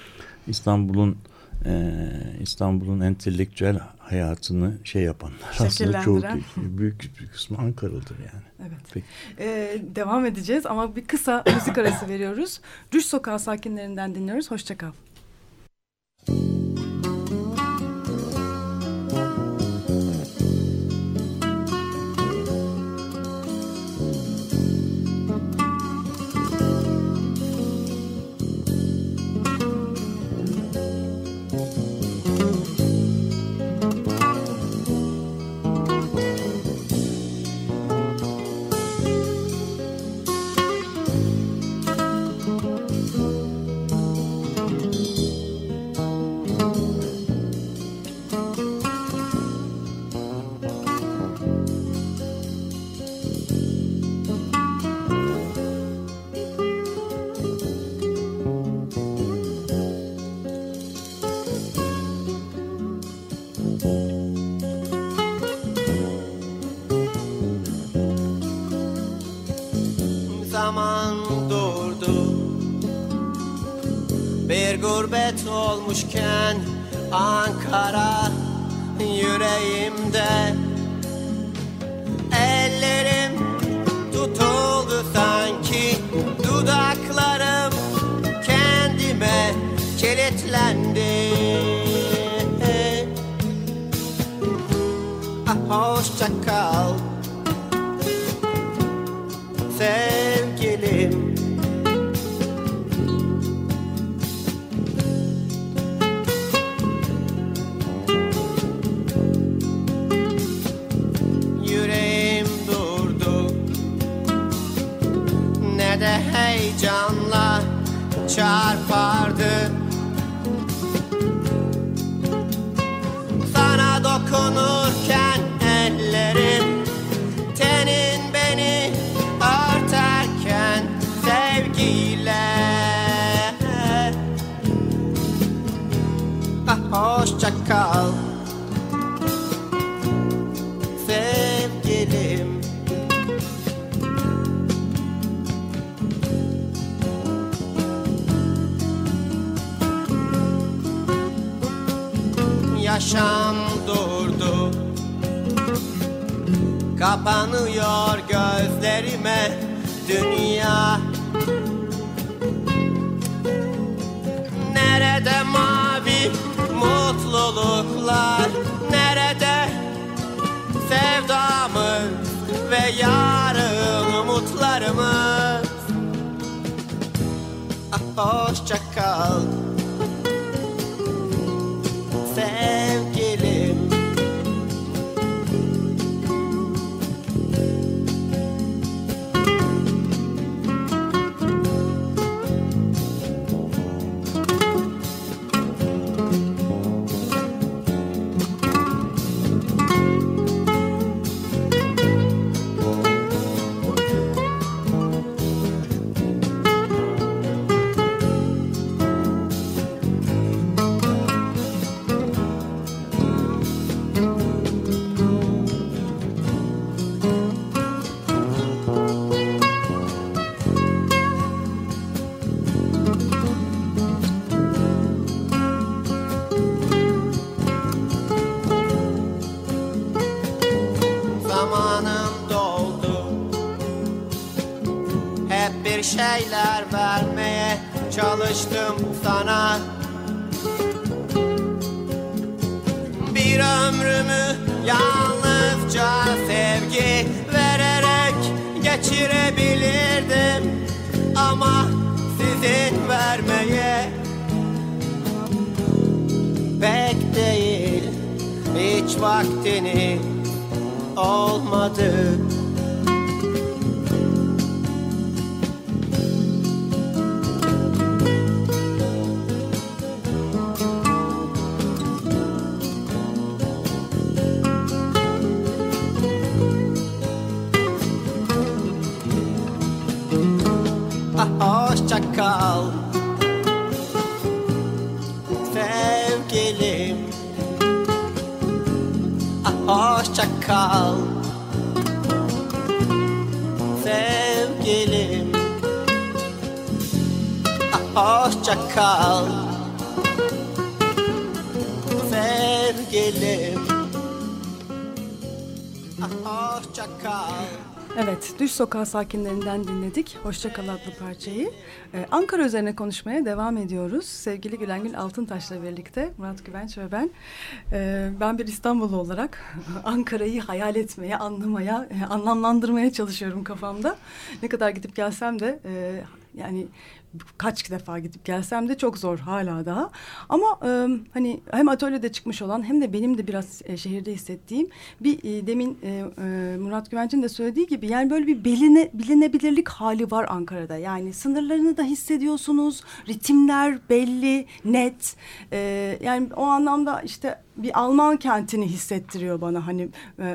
İstanbul'un entelektüel hayatını yapanlar aslında çoğu büyük bir kısmı Ankaralıdır yani. Evet. Peki. Devam edeceğiz ama bir kısa müzik arası veriyoruz. Rüş Sokağı sakinlerinden dinliyoruz. Hoşça kal. Zaman durdu, bir gurbet olmuşken Ankara yüreğimde. Ellerim tutuldu sanki, dudaklarım kendime kilitlendi. Hoşça kal sevgilim. Yüreğim durdu, ne de heyecanla çarpardı. Sana dokunurken ellerim, tenin beni örterken sevgiyle. Hoşça kal sevgilim. Yaşam durdu, kapanıyor gözlerime dünya. Nerede mavi mutluluklar, nerede sevdamız ve yarın umutlarımız. Hoşça kal sevgilim. Zamanım doldu, hep bir şeyler vermeye çalıştım sana. Bir ömrümü yalnızca sevgi vererek geçirebilirdim, ama sizin vermeye pek değil, hiç vaktini olmadı. hoşça kal sevgilim. Hoşça kal sevgilim. Hoşça kal sevgilim. Hoşça kal. Evet, Düş Sokağı sakinlerinden dinledik Hoşça Kal adlı parçayı. Ankara üzerine konuşmaya devam ediyoruz. Sevgili Gülengül Altıntaş'la birlikte Murat Güvenç ve ben. Ben bir İstanbullu olarak Ankara'yı hayal etmeye, anlamaya, anlamlandırmaya çalışıyorum kafamda. Ne kadar gidip gelsem de yani kaç defa gidip gelsem de çok zor hala daha. Ama hani hem atölyede çıkmış olan hem de benim de biraz şehirde hissettiğim bir demin Murat Güvenç'in de söylediği gibi yani böyle bir bilinebilirlik hali var Ankara'da. Yani sınırlarını da hissediyorsunuz. Ritimler belli, net. Yani o anlamda işte bir Alman kentini hissettiriyor bana hani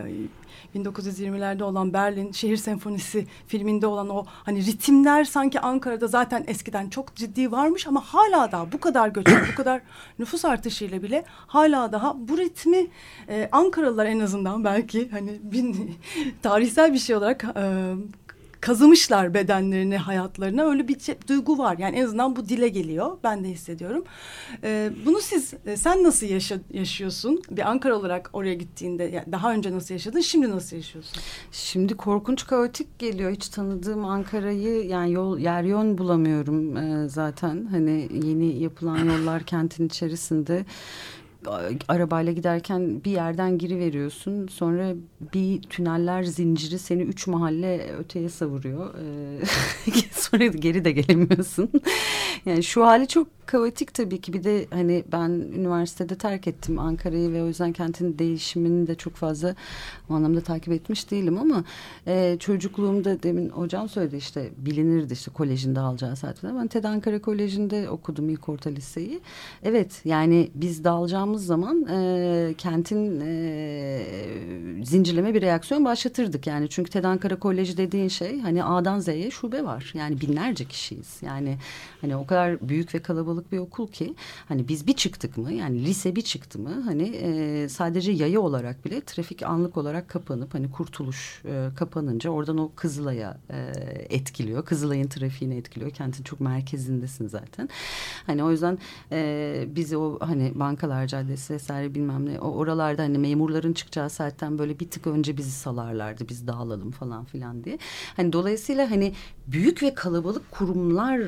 1920'lerde olan Berlin Şehir Senfonisi filminde olan o hani ritimler sanki Ankara'da zaten eskiden çok ciddi varmış ama hala daha bu kadar göçmen, bu kadar nüfus artışıyla bile hala daha bu ritmi Ankaralılar en azından belki hani tarihsel bir şey olarak kazımışlar bedenlerini, hayatlarına. Öyle bir duygu var. Yani en azından bu dile geliyor. Ben de hissediyorum. Bunu sen nasıl yaşıyorsun? Bir Ankara olarak oraya gittiğinde yani daha önce nasıl yaşadın? Şimdi nasıl yaşıyorsun? Şimdi korkunç kaotik geliyor. Hiç tanıdığım Ankara'yı yani yer yön bulamıyorum zaten. Hani yeni yapılan yollar kentin içerisinde. Arabayla giderken bir yerden giriveriyorsun. Sonra bir tüneller zinciri seni 3 mahalle öteye savuruyor. Sonra geri de gelemiyorsun. Yani şu hali çok kaotik tabii ki. Bir de hani ben üniversitede terk ettim Ankara'yı ve o yüzden kentin değişimini de çok fazla o anlamda takip etmiş değilim ama çocukluğumda demin hocam söyledi işte bilinirdi işte kolejinde alacağı saatte. Ben TED Ankara Koleji'nde okudum ilk orta liseyi. Evet yani biz dağılacağımız zaman kentin zincirleme bir reaksiyon başlatırdık. Yani çünkü TED Ankara Koleji dediğin şey hani A'dan Z'ye şube var. Yani binlerce kişiyiz. Yani hani o kadar büyük ve kalabalık bir okul ki hani biz bir çıktık mı yani lise bir çıktı mı hani sadece yaya olarak bile trafik anlık olarak kapanıp hani Kurtuluş kapanınca oradan o Kızılay'a etkiliyor. Kızılay'ın trafiğini etkiliyor. Kentin çok merkezindesin zaten. Hani o yüzden bizi o hani Bankalar Caddesi vesaire bilmem ne oralarda hani memurların çıkacağı saatten böyle bir tık önce bizi salarlardı. Biz dağılalım falan filan diye. Hani dolayısıyla hani büyük ve kalabalık kurumlar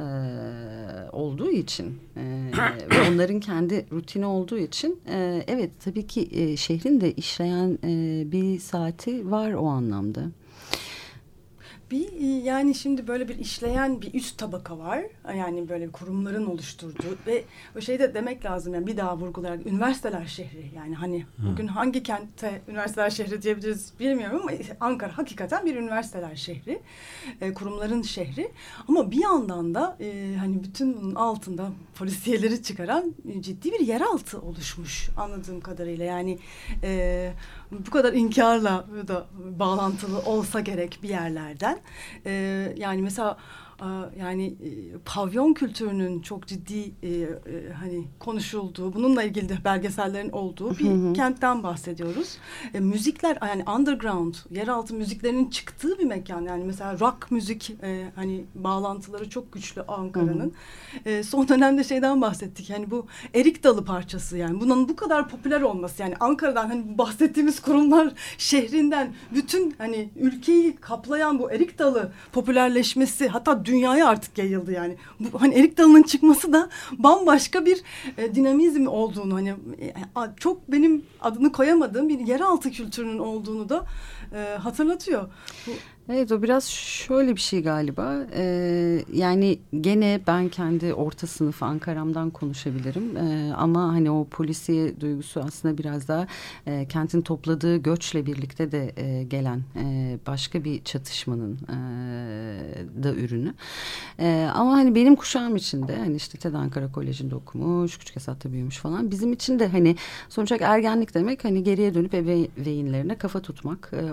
olduğu için ve onların kendi rutini olduğu için evet tabii ki şehrin de işleyen bir saati var o anlamda. Yani şimdi böyle bir işleyen bir üst tabaka var. Yani böyle kurumların oluşturduğu ve o şeyi de demek lazım yani bir daha vurgulayarak üniversiteler şehri. Yani hani bugün hangi kentte üniversiteler şehri diyebiliriz bilmiyorum ama Ankara hakikaten bir üniversiteler şehri. Kurumların şehri. Ama bir yandan da hani bütün bunun altında polisiyeleri çıkaran ciddi bir yeraltı oluşmuş anladığım kadarıyla. Yani bu kadar inkarla da bağlantılı olsa gerek bir yerlerden. Yani mesela yani pavyon kültürünün çok ciddi hani konuşulduğu, bununla ilgili de belgesellerin olduğu bir kentten bahsediyoruz. Müzikler yani underground, yeraltı müziklerinin çıktığı bir mekan. Yani mesela rock müzik hani bağlantıları çok güçlü Ankara'nın. Son dönemde şeyden bahsettik. Yani bu Erik Dalı parçası yani. Bunun bu kadar popüler olması yani Ankara'dan hani bahsettiğimiz kurumlar şehrinden bütün hani ülkeyi kaplayan bu Erik Dalı popülerleşmesi hatta dünyaya artık yayıldı yani. Bu, hani Erik Dalı'nın çıkması da bambaşka bir dinamizm olduğunu hani çok benim adını koyamadığım bir yeraltı kültürünün olduğunu da hatırlatıyor. Evet o biraz şöyle bir şey galiba yani gene ben kendi orta sınıf Ankara'mdan konuşabilirim ama hani o polisiye duygusu aslında biraz daha kentin topladığı göçle birlikte de gelen başka bir çatışmanın da ürünü ama hani benim kuşağım için de hani işte TED Ankara Koleji'nde okumuş Küçük Esat'ta büyümüş falan bizim için de hani sonuç olarak ergenlik demek hani geriye dönüp ebeveynlerine kafa tutmak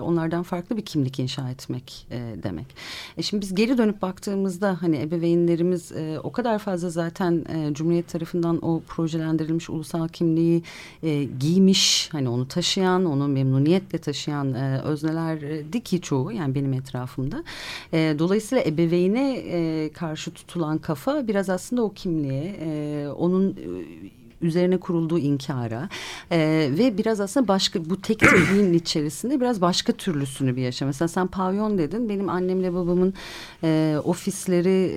onlardan farklı bir kimlik inşa etmek demek. Şimdi biz geri dönüp baktığımızda hani ebeveynlerimiz o kadar fazla zaten Cumhuriyet tarafından o projelendirilmiş ulusal kimliği giymiş, hani onu taşıyan, onu memnuniyetle taşıyan öznelerdi ki çoğu, yani benim etrafımda. Dolayısıyla ebeveyne karşı tutulan kafa biraz aslında o kimliğe, onun üzerine kurulduğu inkara ve biraz aslında başka, bu tek tipliğin içerisinde biraz başka türlüsünü bir yaşam. Mesela sen pavyon dedin. Benim annemle babamın ofisleri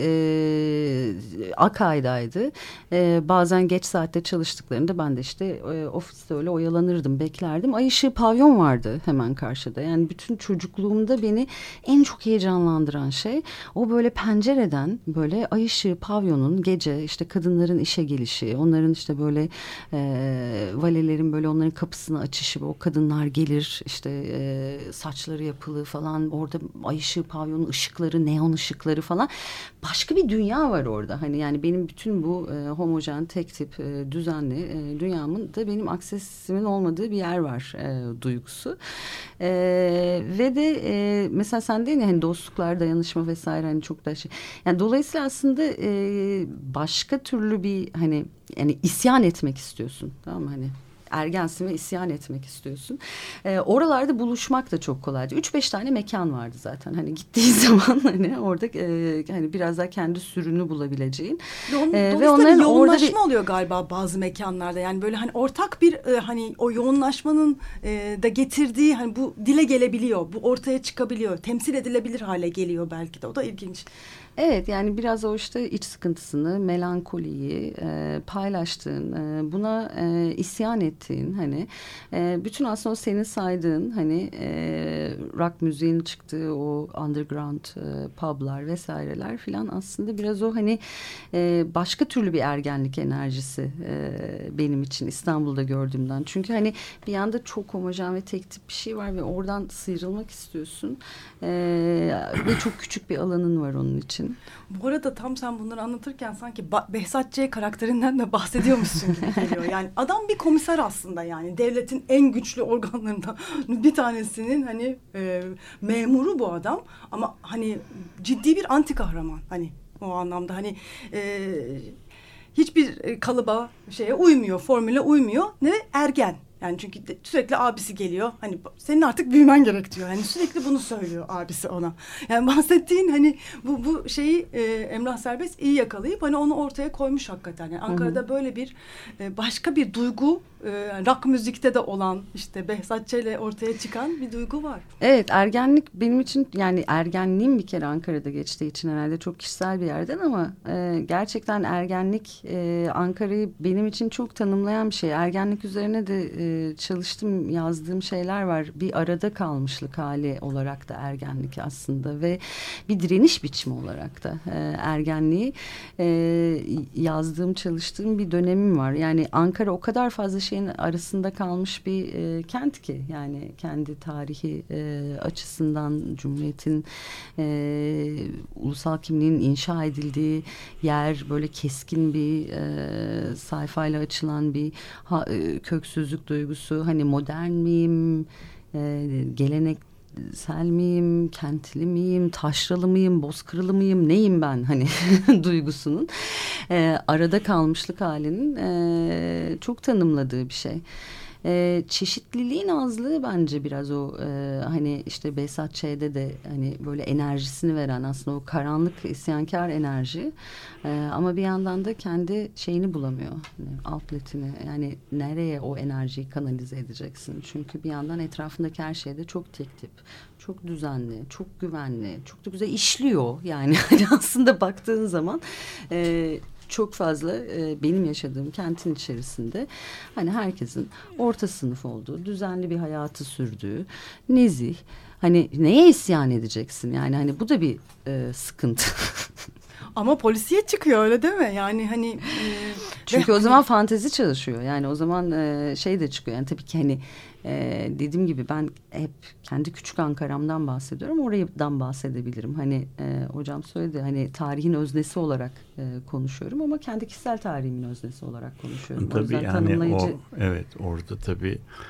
Akay'daydı. Bazen geç saatte çalıştıklarında ben de işte ofiste öyle oyalanırdım, beklerdim. Ay ışığı pavyon vardı hemen karşıda. Yani bütün çocukluğumda beni en çok heyecanlandıran şey o böyle pencereden böyle ay ışığı pavyonun gece işte kadınların işe gelişi, onların işte böyle valelerin böyle onların kapısını açışı, o kadınlar gelir işte saçları yapılı falan, orada ay ışığı pavyonun ışıkları, neon ışıkları falan, başka bir dünya var orada. Hani yani benim bütün bu homojen, tek tip, düzenli dünyamın da benim aksesimin olmadığı bir yer var duygusu. Ve de mesela sen değil mi hani dostluklar, dayanışma vesaire, hani çok da şey. Yani dolayısıyla aslında başka türlü bir hani yani isyan etmek istiyorsun, tamam mı, hani ergensin ve isyan etmek istiyorsun. Oralarda buluşmak da çok kolaydı. 3-5 tane mekan vardı zaten. Hani gittiğin zaman hani orada hani biraz daha kendi sürünü bulabileceğin. Ve onların yoğunlaşma oluyor galiba bazı mekanlarda. Yani böyle hani ortak bir hani o yoğunlaşmanın da getirdiği hani bu dile gelebiliyor. Bu ortaya çıkabiliyor. Temsil edilebilir hale geliyor belki de. O da ilginç. Evet, yani biraz o işte iç sıkıntısını, melankoliyi paylaştığın, buna isyan ettiğin, hani bütün aslında o senin saydığın hani rock müziğin çıktığı o underground publar vesaireler filan, aslında biraz o hani başka türlü bir ergenlik enerjisi benim için İstanbul'da gördüğümden. Çünkü hani bir yanda çok homojen ve tek tip bir şey var ve oradan sıyrılmak istiyorsun ve çok küçük bir alanın var onun için. Bu arada tam sen bunları anlatırken sanki Behzat Ç. karakterinden de bahsediyormuşsun gibi geliyor. Yani adam bir komiser aslında, yani devletin en güçlü organlarından bir tanesinin hani memuru bu adam, ama hani ciddi bir anti kahraman, hani o anlamda hani hiçbir kalıba şeye uymuyor, formüle uymuyor ve ergen. Yani çünkü sürekli abisi geliyor. Hani senin artık büyümen gerek diyor. Yani sürekli bunu söylüyor abisi ona. Yani bahsettiğin hani bu şeyi Emrah Serbest iyi yakalayıp hani onu ortaya koymuş hakikaten. Yani Ankara'da böyle bir başka bir duygu, rock müzikte de olan, işte Behzat Ç'yle ortaya çıkan bir duygu var. Evet, ergenlik benim için, yani ergenliğim bir kere Ankara'da geçtiği için herhalde çok kişisel bir yerden, ama gerçekten ergenlik Ankara'yı benim için çok tanımlayan bir şey. Ergenlik üzerine de çalıştım, yazdığım şeyler var. Bir arada kalmışlık hali olarak da ergenlik aslında ve bir direniş biçimi olarak da ergenliği yazdığım, çalıştığım bir dönemim var. Yani Ankara o kadar fazla şeyin arasında kalmış bir kent ki, yani kendi tarihi açısından Cumhuriyet'in ulusal kimliğin inşa edildiği yer, böyle keskin bir sayfayla açılan bir köksüzlük duygusu. Hani modern miyim, geleneksel miyim, kentli miyim, taşralı mıyım, bozkırlı mıyım, neyim ben hani duygusunun arada kalmışlık halinin çok tanımladığı bir şey. Çeşitliliğin azlığı bence biraz o hani işte Behzat Ç'de de hani böyle enerjisini veren aslında o karanlık, isyankar enerji, ama bir yandan da kendi şeyini bulamıyor, outletini, yani nereye o enerjiyi kanalize edeceksin, çünkü bir yandan etrafındaki her şeyde çok tek tip, çok düzenli, çok güvenli, çok da güzel işliyor yani aslında baktığın zaman çok fazla benim yaşadığım kentin içerisinde hani herkesin orta sınıf olduğu, düzenli bir hayatı sürdüğü, nezih. Hani neye isyan edeceksin? Yani hani bu da bir sıkıntı. Ama polisiye çıkıyor, öyle değil mi? Yani hani çünkü o zaman fantezi çalışıyor. Yani o zaman şey de çıkıyor. Yani tabii ki hani dediğim gibi ben hep kendi küçük Ankara'mdan bahsediyorum. Oradan bahsedebilirim. Hani hocam söyledi, hani tarihin öznesi olarak konuşuyorum ama kendi kişisel tarihimin öznesi olarak konuşuyorum. Tabii o yüzden yani tanımlayıcı... evet, orada tabii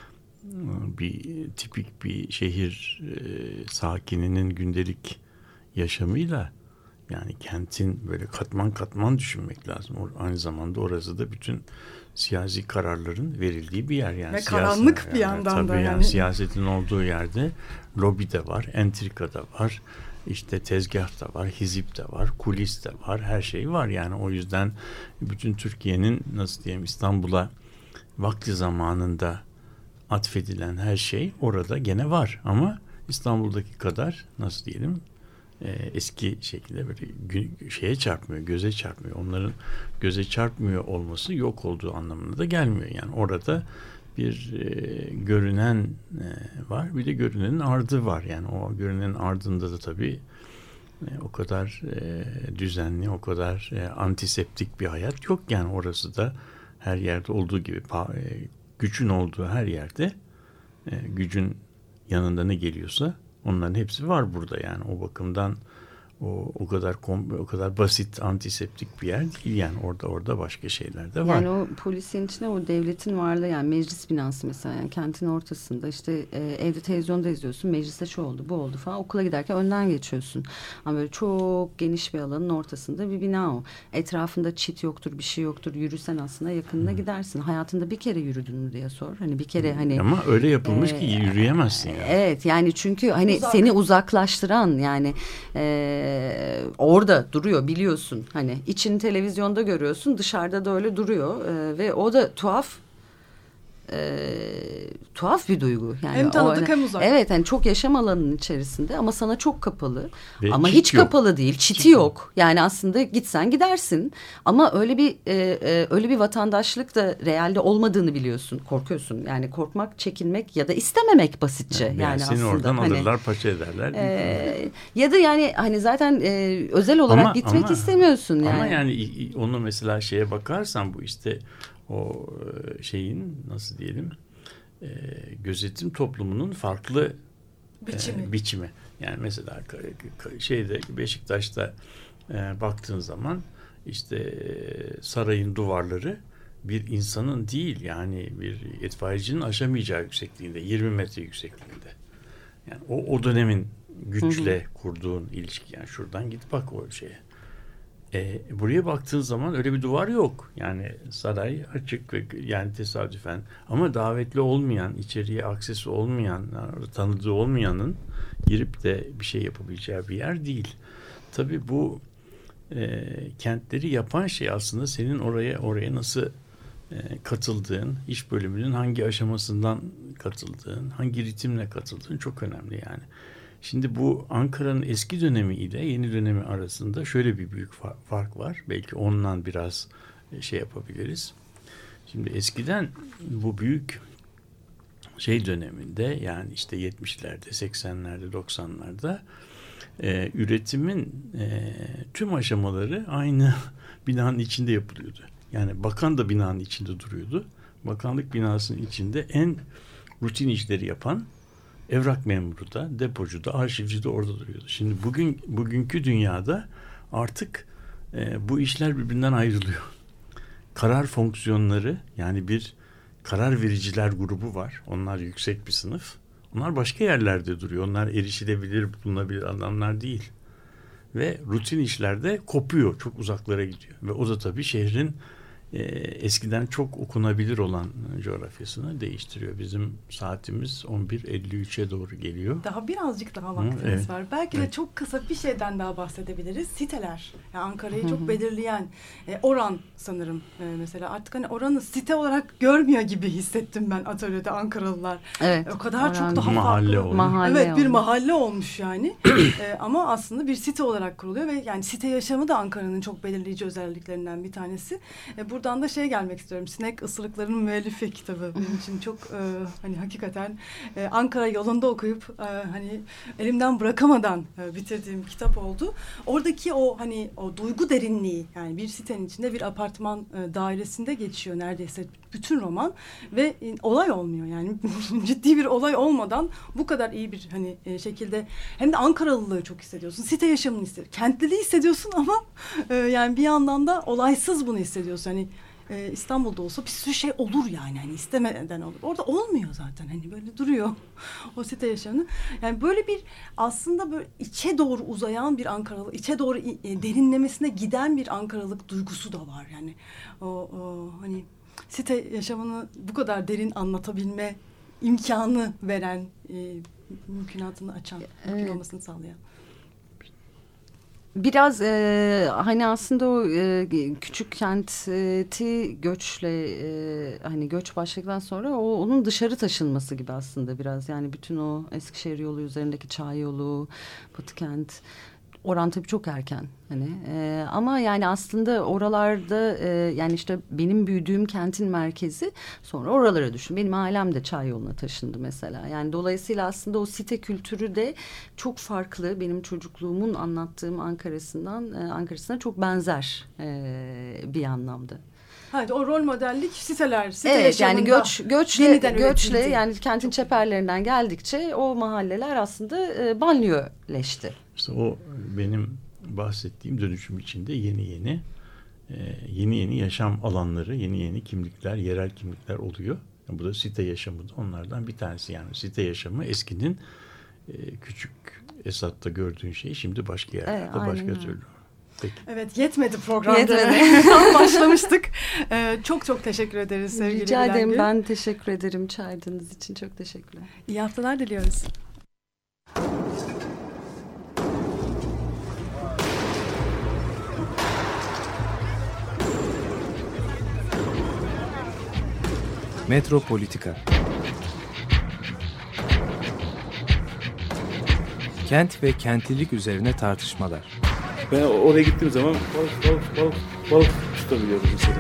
bir tipik bir şehir sakininin gündelik yaşamıyla, yani kentin böyle katman katman düşünmek lazım. Aynı zamanda orası da bütün siyasi kararların verildiği bir yer. Yani ve karanlık bir yandan da yani siyasetin olduğu yerde lobi de var, entrika da var, işte tezgah da var, hizip de var, kulis de var, her şey var. Yani o yüzden bütün Türkiye'nin, nasıl diyeyim, İstanbul'a vakti zamanında atfedilen her şey orada gene var. Ama İstanbul'daki kadar, nasıl diyelim, eski şekilde böyle şeye çarpmıyor, göze çarpmıyor. Onların göze çarpmıyor olması yok olduğu anlamına da gelmiyor. Yani orada bir görünen var, bir de görünenin ardı var. Yani o görünenin ardında da tabii o kadar düzenli, o kadar antiseptik bir hayat yok. Yani orası da her yerde olduğu gibi gücün olduğu her yerde gücün yanında ne geliyorsa onların hepsi var burada. Yani o bakımdan o kadar basit, antiseptik bir yer değil. Yani orada başka şeyler de var. Yani o polisin içinde o devletin varlığı, yani meclis binası mesela, yani kentin ortasında, işte evde televizyonda izliyorsun, mecliste şu oldu, bu oldu falan, okula giderken önden geçiyorsun. Ama böyle çok geniş bir alanın ortasında bir bina o. Etrafında çit yoktur, bir şey yoktur. Yürüsen aslında yakınına gidersin. Hayatında bir kere yürüdün mü diye sor. Hani bir kere hani. Ama öyle yapılmış ki yürüyemezsin yani. Evet, yani çünkü hani seni uzaklaştıran, yani orada duruyor, biliyorsun. Hani içini televizyonda görüyorsun, dışarıda da öyle duruyor ve o da tuhaf bir duygu. Yani hem tanıdık hem uzak. Evet, hani çok yaşam alanının içerisinde ama sana çok kapalı. Ve ama hiç yok. Kapalı değil, çiti yok. Yani aslında gitsen gidersin. Ama öyle bir vatandaşlık da realde olmadığını biliyorsun. Korkuyorsun. Yani korkmak, çekinmek ya da istememek basitçe. Yani seni aslında oradan hani, alırlar, paça ederler. ya da yani hani zaten özel olarak gitmek istemiyorsun yani. Ama yani onu mesela şeye bakarsan, bu işte o şeyin, nasıl diyelim, gözetim toplumunun farklı biçimi. Yani mesela şeyde, Beşiktaş'ta baktığın zaman işte sarayın duvarları bir insanın değil, yani bir itfaiyecinin aşamayacağı yüksekliğinde, 20 metre yüksekliğinde. Yani o dönemin güçle kurduğun ilişki. Yani şuradan git bak o şeye. Buraya baktığın zaman öyle bir duvar yok. Yani saray açık ve yani tesadüfen, ama davetli olmayan, içeriye aksesi olmayan, tanıdığı olmayanın girip de bir şey yapabileceği bir yer değil. Tabii bu kentleri yapan şey aslında senin oraya nasıl katıldığın, iş bölümünün hangi aşamasından katıldığın, hangi ritimle katıldığın çok önemli yani. Şimdi bu Ankara'nın eski dönemi ile yeni dönemi arasında şöyle bir büyük fark var. Belki ondan biraz şey yapabiliriz. Şimdi eskiden bu büyük şey döneminde, yani işte 70'lerde, 80'lerde, 90'larda üretimin tüm aşamaları aynı binanın içinde yapılıyordu. Yani bakan da binanın içinde duruyordu. Bakanlık binasının içinde en rutin işleri yapan evrak memuru da, depocu da, arşivci de orada duruyordu. Şimdi bugünkü dünyada artık bu işler birbirinden ayrılıyor. Karar fonksiyonları, yani bir karar vericiler grubu var. Onlar yüksek bir sınıf. Onlar başka yerlerde duruyor. Onlar erişilebilir, bulunabilir adamlar değil. Ve rutin işlerde kopuyor, çok uzaklara gidiyor. Ve o da tabii şehrin eskiden çok okunabilir olan coğrafyasını değiştiriyor. Bizim saatimiz 11.53'e doğru geliyor. Birazcık daha vaktimiz var. Belki de çok kısa bir şeyden daha bahsedebiliriz. Siteler. Yani Ankara'yı çok belirleyen Oran sanırım. Mesela artık hani Oran'ı site olarak görmüyor gibi hissettim ben atölyede, Ankaralılar. Evet. O kadar Oran çok daha mahalle farklı. Mahalle evet, bir olmuş. mahalle olmuş yani. Ama aslında bir site olarak kuruluyor ve yani site yaşamı da Ankara'nın çok belirleyici özelliklerinden bir tanesi. Buradan da gelmek istiyorum. Sinek Isırıkların Müellifi kitabı benim için çok hani hakikaten Ankara yolunda okuyup hani elimden bırakamadan bitirdiğim kitap oldu. Oradaki o hani o duygu derinliği, yani bir sitenin içinde bir apartman dairesinde geçiyor neredeyse bütün roman ve olay olmuyor. Yani ciddi bir olay olmadan bu kadar iyi bir hani şekilde, hem de Ankaralılığı çok hissediyorsun. Site yaşamını hissediyorsun. Kentliliği hissediyorsun ama yani bir yandan da olaysız bunu hissediyorsun. Hani İstanbul'da olsa bir sürü şey olur yani. Hani istemeden olur. Orada olmuyor zaten. Hani böyle duruyor o site yaşamı. Yani böyle bir aslında böyle içe doğru uzayan bir Ankaralık, içe doğru derinlemesine giden bir Ankaralılık duygusu da var. Yani o hani site yaşamını bu kadar derin anlatabilme imkanı veren, mümkünatını açan, mümkün olmasını sağlayan. Biraz hani aslında o küçük kenti göçle hani göç başladıktan sonra onun dışarı taşınması gibi aslında biraz. Yani bütün o Eskişehir yolu üzerindeki Çay yolu, Batıkent, oran tabii çok erken hani ama yani aslında oralarda yani işte benim büyüdüğüm kentin merkezi sonra oralara düştü. Benim ailem de Çay yoluna taşındı mesela. Yani dolayısıyla aslında o site kültürü de çok farklı. Benim çocukluğumun anlattığım Ankara'sına çok benzer bir anlamda. Evet, o rol modellik siteler, site evet, yaşamında. Yani göçle yani kentin çeperlerinden geldikçe o mahalleler aslında banliyöleşti. İşte o benim bahsettiğim dönüşüm içinde yeni yaşam alanları, yeni kimlikler, yerel kimlikler oluyor. Bu da site yaşamı da onlardan bir tanesi. Yani site yaşamı eskinin küçük Esat'ta gördüğün şey şimdi başka yerlerde başka türlü. Peki. Evet, yetmedi programda. Başlamıştık. Çok teşekkür ederiz sevgili Rica ederim. Bilengül. Ben teşekkür ederim çağırdığınız için. Çok teşekkürler. İyi haftalar diliyoruz. Metropolitika. Kent ve kentlilik üzerine tartışmalar. Ben oraya gittiğim zaman balık tutabiliyorum mesela.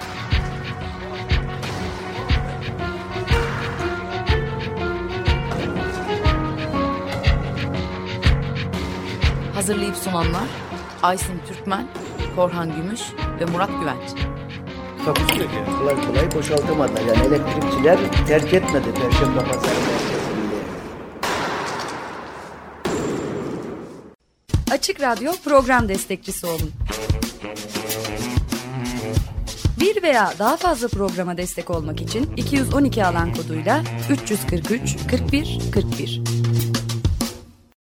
Hazırlayıp sunanlar Aysin Türkmen, Korhan Gümüş ve Murat Güvenç. Takusuyor ki. Kolay boşaltamadılar. Yani elektrikçiler terk etmedi Perşembe Pazarı merkezinde. Açık Radyo program destekçisi olun. Bir veya daha fazla programa destek olmak için 212 alan koduyla 343 41 41.